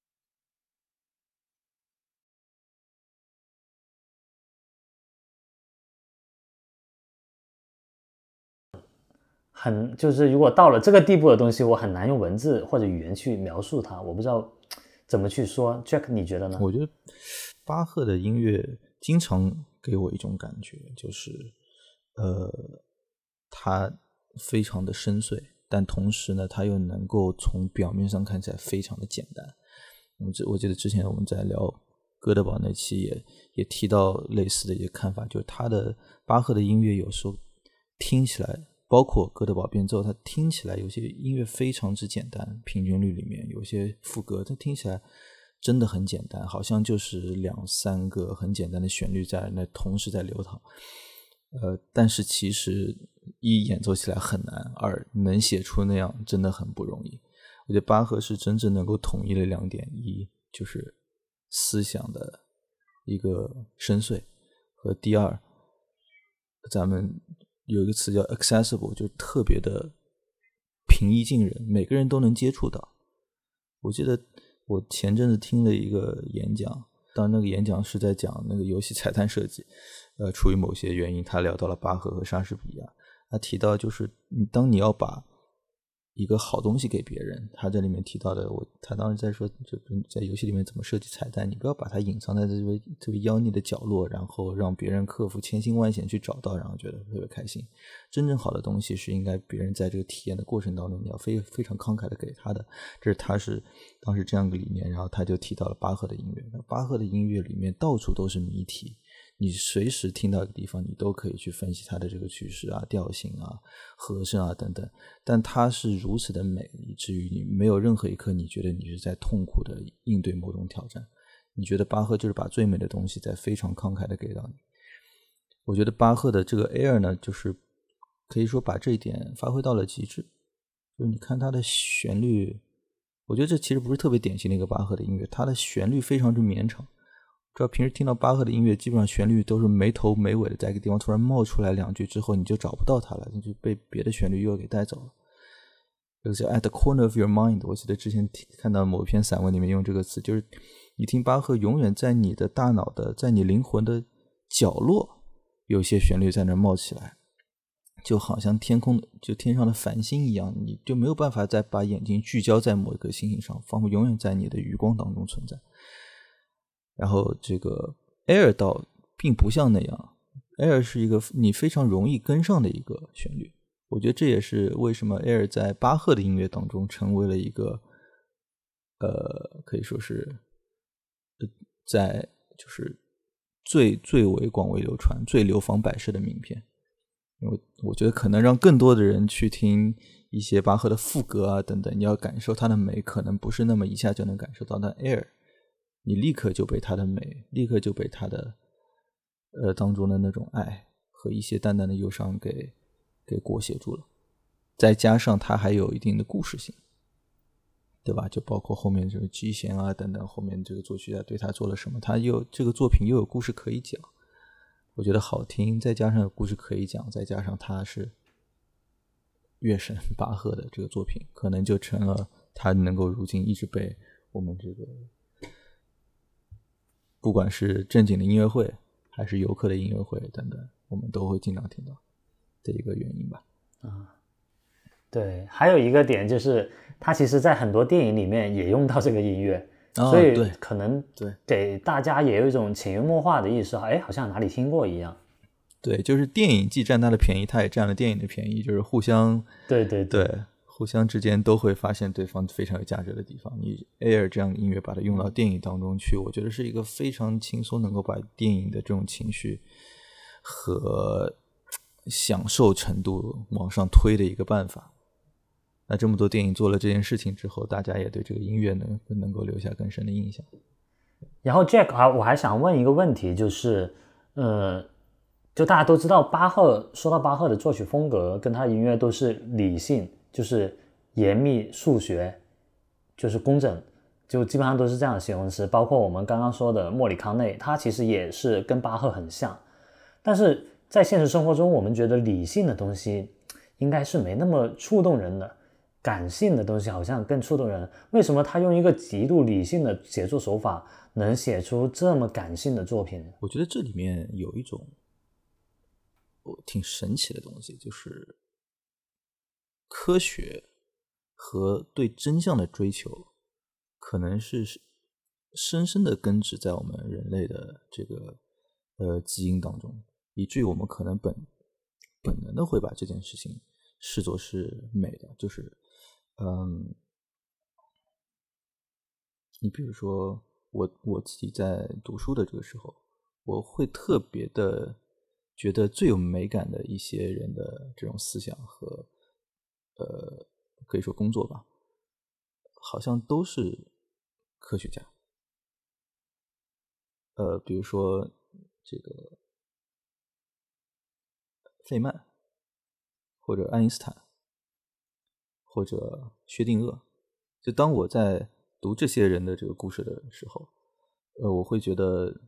很就是如果到了这个地步的东西，我很难用文字或者语言去描述它，我不知道怎么去说。 Jack 你觉得呢？ 我觉得巴赫的音乐经常给我一种感觉，就是呃，它非常的深邃，但同时呢它又能够从表面上看起来非常的简单。我记得之前我们在聊哥德堡那期也也提到类似的一个看法，就是他的巴赫的音乐有时候听起来，包括哥德堡变奏，它听起来有些音乐非常之简单，平均律里面有些副歌它听起来真的很简单，好像就是两三个很简单的旋律在那同时在流淌，呃，但是其实一演奏起来很难，二能写出那样真的很不容易。我觉得巴赫是真正能够统一了两点，一就是思想的一个深邃，和第二咱们有一个词叫 accessible， 就是特别的平易近人，每个人都能接触到。我记得我前阵子听了一个演讲，当那个演讲是在讲那个游戏彩蛋设计，呃，出于某些原因他聊到了巴赫和莎士比亚，他提到就是当你要把一个好东西给别人，他在里面提到的，我他当时在说就在游戏里面怎么设计彩蛋，你不要把它隐藏在这个这个妖孽的角落，然后让别人克服千辛万险去找到，然后觉得特别开心。真正好的东西是应该别人在这个体验的过程当中你要非非常慷慨的给他的，这是他是当时这样一个理念。然后他就提到了巴赫的音乐，巴赫的音乐里面到处都是谜题，你随时听到一个地方你都可以去分析它的这个曲式啊、调性啊、和声啊等等，但它是如此的美，以至于你没有任何一刻你觉得你是在痛苦的应对某种挑战，你觉得巴赫就是把最美的东西在非常慷慨的给到你。我觉得巴赫的这个 Air 呢，就是可以说把这一点发挥到了极致，就是你看它的旋律，我觉得这其实不是特别典型的一个巴赫的音乐，它的旋律非常之绵长。知道平时听到巴赫的音乐基本上旋律都是没头没尾的，在一个地方突然冒出来两句之后你就找不到它了，你就被别的旋律又给带走了。这个叫 at the corner of your mind， 我记得之前看到某一篇散文里面用这个词，就是你听巴赫永远在你的大脑的在你灵魂的角落有些旋律在那冒起来，就好像天空就天上的繁星一样，你就没有办法再把眼睛聚焦在某一个星星上，仿佛永远在你的余光当中存在。然后这个 Air 倒并不像那样， Air 是一个你非常容易跟上的一个旋律，我觉得这也是为什么 Air 在巴赫的音乐当中成为了一个呃，可以说是在就是最最为广为流传、最流芳百世的名片。因为我觉得可能让更多的人去听一些巴赫的赋格啊等等，你要感受它的美，可能不是那么一下就能感受到。但 Air 你立刻就被它的美，立刻就被它的呃当中的那种爱和一些淡淡的忧伤给给裹挟住了。再加上它还有一定的故事性，对吧？就包括后面这个 G 弦啊等等，后面这个作曲家对他做了什么，他又这个作品又有故事可以讲，我觉得好听，再加上有故事可以讲，再加上他是乐神巴赫的这个作品，可能就成了他能够如今一直被我们这个不管是正经的音乐会还是游客的音乐会等等，我们都会经常听到的一个原因吧。 啊，对，还有一个点就是他其实在很多电影里面也用到这个音乐， 哦、 所以对可能对给大家也有一种潜移默化的意识，哎，好像哪里听过一样。 对，就是电影既占他的便宜，他也占了电影的便宜，就是互相对对对互相之间都会发现对方非常有价值的地方。你 Air 这样的音乐把它用到电影当中去，我觉得是一个非常轻松能够把电影的这种情绪和享受程度往上推的一个办法。那这么多电影做了这件事情之后，大家也对这个音乐能能够留下更深的印象。 然后 Jack 啊，我还想问一个问题，就是呃就大家都知道巴赫，说到巴赫的作曲风格跟他的音乐都是理性，就是严密数学，就是工整，就基本上都是这样的形容词。包括我们刚刚说的莫里康内，他其实也是跟巴赫很像。但是在现实生活中，我们觉得理性的东西应该是没那么触动人的，感性的东西好像更触动人。为什么他用一个极度理性的写作手法能写出这么感性的作品？ 我觉得这里面有一种挺神奇的东西，就是科学和对真相的追求可能是深深的根植在我们人类的这个呃基因当中，以至于我们可能本本能的会把这件事情视作是美的。就是嗯，你比如说我我自己在读书的这个时候，我会特别的觉得最有美感的一些人的这种思想和呃，可以说工作吧，好像都是科学家。呃，比如说这个费曼，或者爱因斯坦，或者薛定谔。就当我在读这些人的这个故事的时候，呃，我会觉得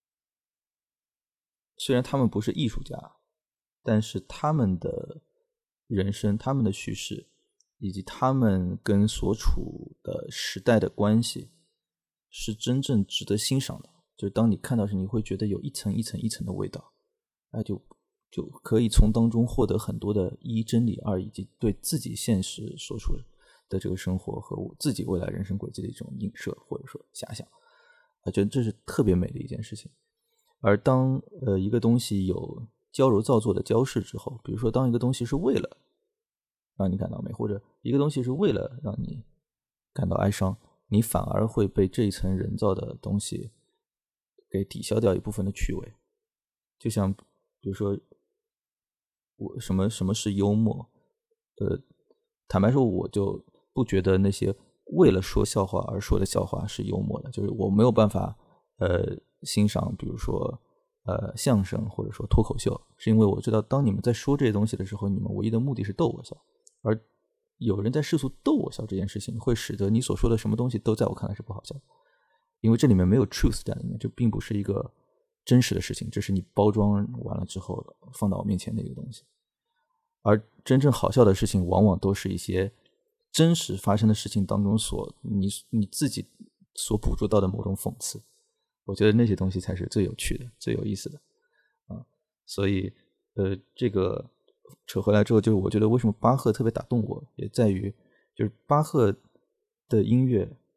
虽然他们不是艺术家，但是他们的人生、他们的叙事以及他们跟所处的时代的关系是真正值得欣赏的。就是当你看到时，你会觉得有一层一层一层的味道，那就就可以从当中获得很多的一真理，二以及对自己现实所处的这个生活和我自己未来人生轨迹的一种映射或者说遐想。我觉得这是特别美的一件事情。而当呃一个东西有矫揉造作的交饰之后，比如说当一个东西是为了让你感到美，或者一个东西是为了让你感到哀伤，你反而会被这一层人造的东西给抵消掉一部分的趣味。就像比如说我什么什么是幽默，呃，坦白说我就不觉得那些为了说笑话而说的笑话是幽默的。就是我没有办法呃欣赏比如说呃相声或者说脱口秀，是因为我知道当你们在说这些东西的时候，你们唯一的目的是逗我笑，而有人在试图逗我笑这件事情会使得你所说的什么东西都在我看来是不好笑的，因为这里面没有 truth 在里面，这并不是一个真实的事情，这是你包装完了之后放到我面前的一个东西。而真正好笑的事情往往都是一些真实发生的事情当中所你你自己所捕捉到的某种讽刺。我觉得那些东西才是最有趣的最有意思的啊。所以呃，这个扯回来之后，就是我觉得为什么巴赫特别打动我，也在于就是巴赫的音乐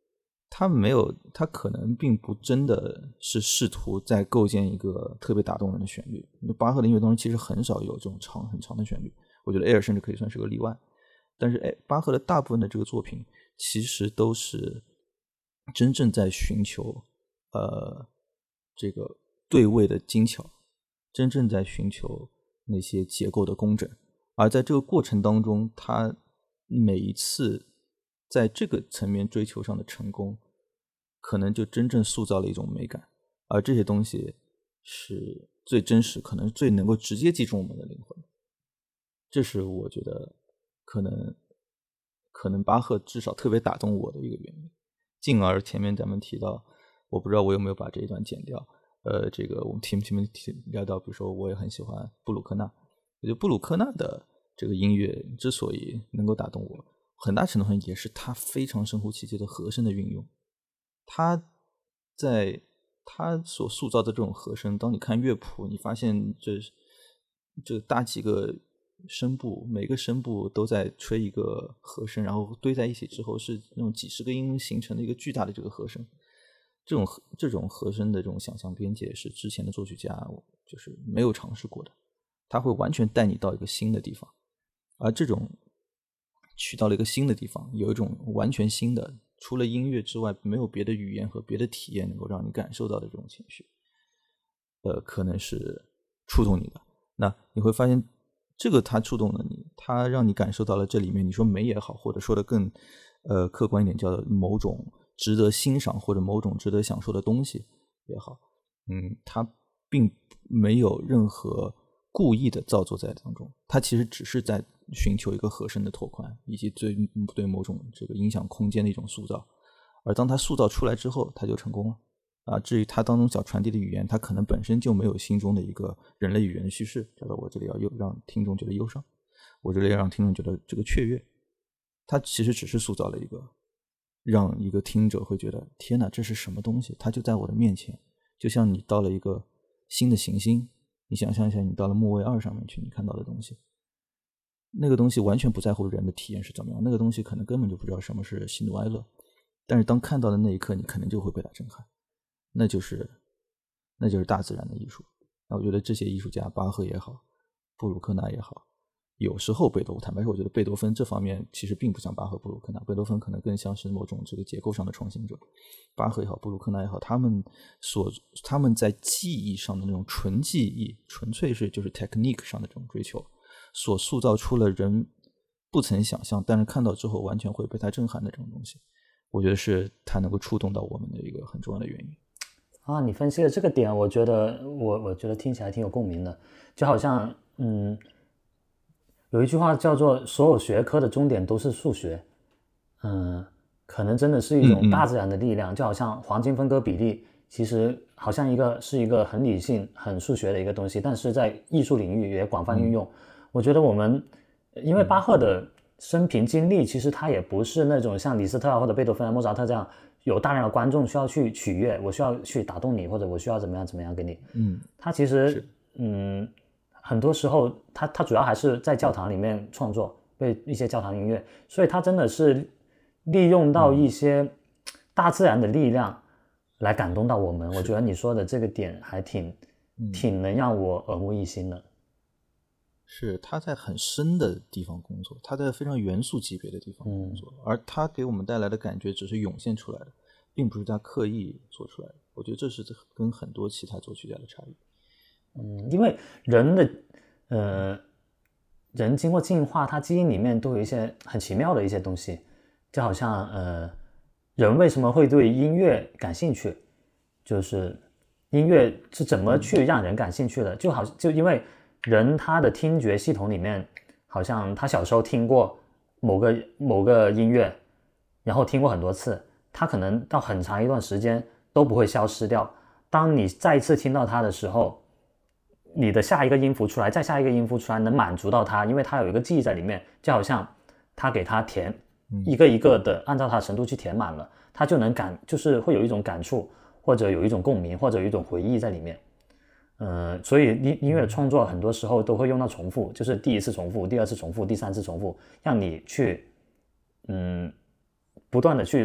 他没有，他可能并不真的是试图在构建一个特别打动人的旋律。巴赫的音乐当中其实很少有这种长很长的旋律，我觉得 Air 甚至可以算是个例外。但是哎，巴赫的大部分的这个作品其实都是真正在寻求呃这个对位的精巧，真正在寻求那些结构的工整，而在这个过程当中，他每一次在这个层面追求上的成功，可能就真正塑造了一种美感，而这些东西是最真实，可能最能够直接击中我们的灵魂。这是我觉得可能可能巴赫至少特别打动我的一个原因。进而前面咱们提到，我不知道我有没有把这一段剪掉，呃，这个我们前面聊到，比如说我也很喜欢布鲁克纳，我觉得布鲁克纳的这个音乐之所以能够打动我，很大程度上也是他非常神乎其技的和声的运用。他在他所塑造的这种和声，当你看乐谱，你发现这这大几个声部，每个声部都在吹一个和声，然后堆在一起之后是那种几十个音形成的一个巨大的这个和声。这种这种和声的这种想象边界是之前的作曲家就是没有尝试过的，他会完全带你到一个新的地方，而这种去到了一个新的地方，有一种完全新的，除了音乐之外没有别的语言和别的体验能够让你感受到的这种情绪，呃，可能是触动你的。那你会发现这个它触动了你，它让你感受到了这里面，你说美也好，或者说的更呃客观一点叫某种值得欣赏或者某种值得享受的东西也好，嗯，它并没有任何故意的造作在当中，它其实只是在寻求一个和声的拓宽，以及对对某种这个影响空间的一种塑造。而当它塑造出来之后，它就成功了啊。至于它当中想传递的语言，它可能本身就没有心中的一个人类语言的叙事，叫做我这里要让听众觉得忧伤，我这里要让听众觉得这个雀跃。它其实只是塑造了一个让一个听者会觉得天哪，这是什么东西？它就在我的面前，就像你到了一个新的行星，你想象一下，你到了木卫二上面去，你看到的东西，那个东西完全不在乎人的体验是怎么样，那个东西可能根本就不知道什么是喜怒哀乐，但是当看到的那一刻，你可能就会被它震撼，那就是那就是大自然的艺术。那我觉得这些艺术家，巴赫也好，布鲁克纳也好，有时候贝多坦白说，我觉得贝多芬这方面其实并不像巴赫、布鲁克纳，贝多芬可能更像是某种这个结构上的创新者。巴赫也好，布鲁克纳也好，他们所他们在技艺上的那种纯技艺，纯粹是就是 technique 上的这种追求，所塑造出了人不曾想象，但是看到之后完全会被他震撼的这种东西，我觉得是他能够触动到我们的一个很重要的原因。 啊，你分析的这个点，我觉得我我觉得听起来挺有共鸣的，就好像嗯。有一句话叫做所有学科的终点都是数学，嗯，可能真的是一种大自然的力量，嗯嗯就好像黄金分割比例其实好像一个是一个很理性很数学的一个东西，但是在艺术领域也广泛运用、嗯、我觉得我们因为巴赫的生平经历其实他也不是那种像李斯特啊或者贝多芬、莫扎特这样有大量的观众需要去取悦，我需要去打动你，或者我需要怎么样怎么样给你，嗯，他其实嗯很多时候他他主要还是在教堂里面创作，为一些教堂音乐，所以他真的是利用到一些大自然的力量来感动到我们、嗯、我觉得你说的这个点还挺挺能让我耳目一新的。 是他在很深的地方工作，他在非常元素级别的地方工作、嗯、而他给我们带来的感觉只是涌现出来的，并不是他刻意做出来的，我觉得这是跟很多其他作曲家的差异。 嗯，因为人的呃，人经过进化，他基因里面都有一些很奇妙的一些东西，就好像呃，人为什么会对音乐感兴趣，就是音乐是怎么去让人感兴趣的，就好就因为人他的听觉系统里面，好像他小时候听过某个某个音乐，然后听过很多次，他可能到很长一段时间都不会消失掉，当你再一次听到它的时候，你的下一个音符出来，再下一个音符出来，能满足到它，因为它有一个记忆在里面，就好像它给它填一个一个的按照它的程度去填满了，它就能感就是会有一种感触，或者有一种共鸣，或者有一种回忆在里面。呃，所以音音乐创作很多时候都会用到重复，就是第一次重复，第二次重复，第三次重复，让你去嗯不断的去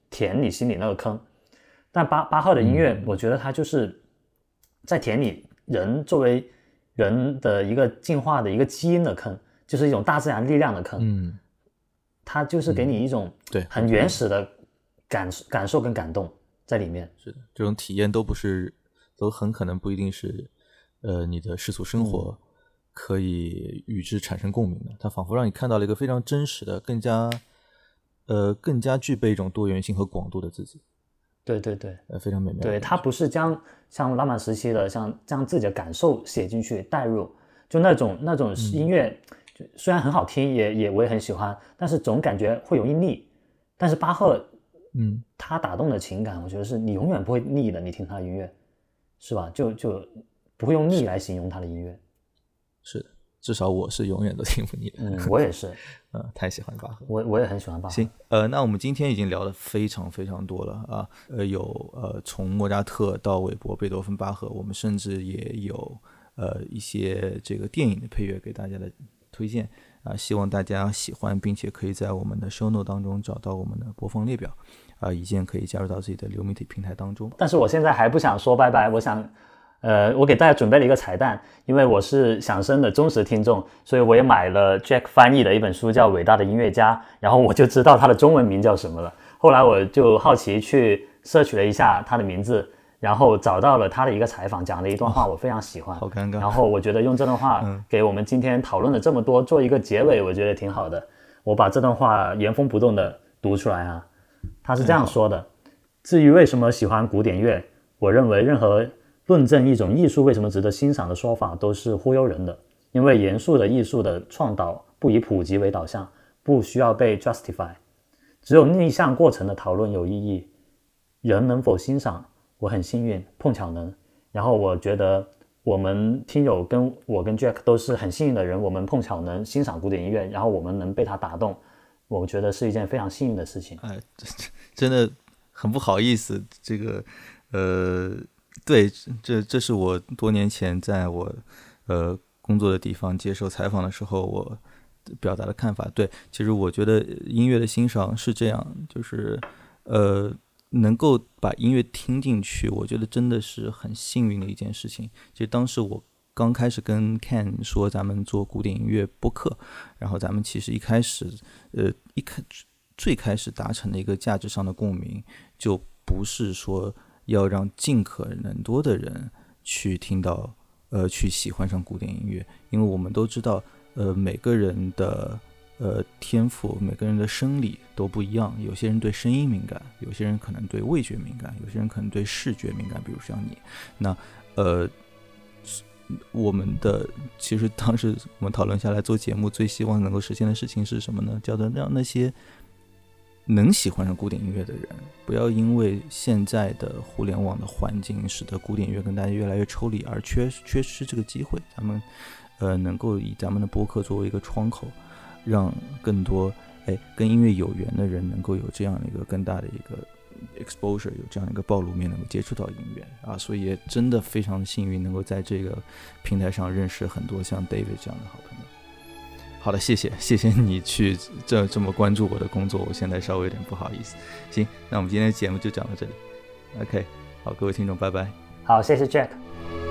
填你心里那个坑。但巴巴赫的音乐，我觉得他就是在填你人作为人的一个进化的一个基因的坑，就是一种大自然力量的坑。 嗯， 他就是给你一种对很原始的感感受跟感动在里面。 是的，这种体验都不是，都很可能不一定是，呃，你的世俗生活可以与之产生共鸣的。它仿佛让你看到了一个非常真实的、更加，呃，更加具备一种多元性和广度的自己。 对对对， 呃，非常美妙。 对，他不是将像浪漫时期的，像将自己的感受写进去带入，就那种那种音乐，嗯、就虽然很好听，也也我也很喜欢，但是总感觉会容易腻。但是巴赫， 嗯， 他打动的情感，我觉得是你永远不会腻的。你听他的音乐，是吧？就就不会用腻来形容他的音乐。 是的，至少我是永远都听不腻的。 嗯，我也是。 呃，太喜欢巴赫， 我我也很喜欢巴赫。 行，呃，那我们今天已经聊了非常非常多了啊，呃，有呃从莫扎特到韦伯、贝多芬、巴赫，我们甚至也有呃一些这个电影的配乐给大家的推荐啊，希望大家喜欢，并且可以在我们的 show note 当中找到我们的播放列表啊，以及可以加入到自己的流媒体平台当中。 但是我现在还不想说拜拜，我想。呃，我给大家准备了一个彩蛋，因为我是响声的忠实听众，所以我也买了 Jack 翻译的一本书，叫《伟大的音乐家》，然后我就知道他的中文名叫什么了。后来我就好奇去 search 了一下他的名字，然后找到了他的一个采访，讲了一段话，我非常喜欢。 好尴尬。 然后我觉得用这段话给我们今天讨论了这么多做一个结尾，我觉得挺好的。我把这段话原封不动的读出来啊，他是这样说的：至于为什么喜欢古典乐，我认为任何论证一种艺术为什么值得欣赏的说法都是忽悠人的，因为严肃的艺术的创导不以普及为导向，不需要被 justify， 只有逆向过程的讨论有意义。人能否欣赏，我很幸运碰巧能，然后我觉得我们听友跟我跟 Jack 都是很幸运的人，我们碰巧能欣赏古典音乐，然后我们能被它打动，我觉得是一件非常幸运的事情。 哎，真的很不好意思，这个呃对，这这是我多年前在我呃工作的地方接受采访的时候我表达的看法。对，其实我觉得音乐的欣赏是这样，就是呃能够把音乐听进去，我觉得真的是很幸运的一件事情。其实当时我刚开始跟 Ken 说咱们做古典音乐播客，然后咱们其实一开始呃一开最开始达成的一个价值上的共鸣，就不是说要让尽可能多的人去听到，呃，去喜欢上古典音乐，因为我们都知道，呃，每个人的呃天赋，每个人的生理都不一样。有些人对声音敏感，有些人可能对味觉敏感，有些人可能对视觉敏感，比如像你。那呃，我们的其实当时我们讨论下来做节目，最希望能够实现的事情是什么呢？叫做让那些能喜欢上古典音乐的人，不要因为现在的互联网的环境使得古典音乐跟大家越来越抽离而缺缺失这个机会。咱们呃能够以咱们的播客作为一个窗口，让更多哎跟音乐有缘的人能够有这样的一个更大的一个 exposure， 有这样的一个暴露面，能够接触到音乐啊。所以也真的非常幸运能够在这个平台上认识很多像 David 这样的好朋友。好的，谢谢，谢谢你去这这么关注我的工作，我现在稍微有点不好意思。行，那我们今天的节目就讲到这里。OK， 好，各位听众，拜拜。 好，谢谢 Jack。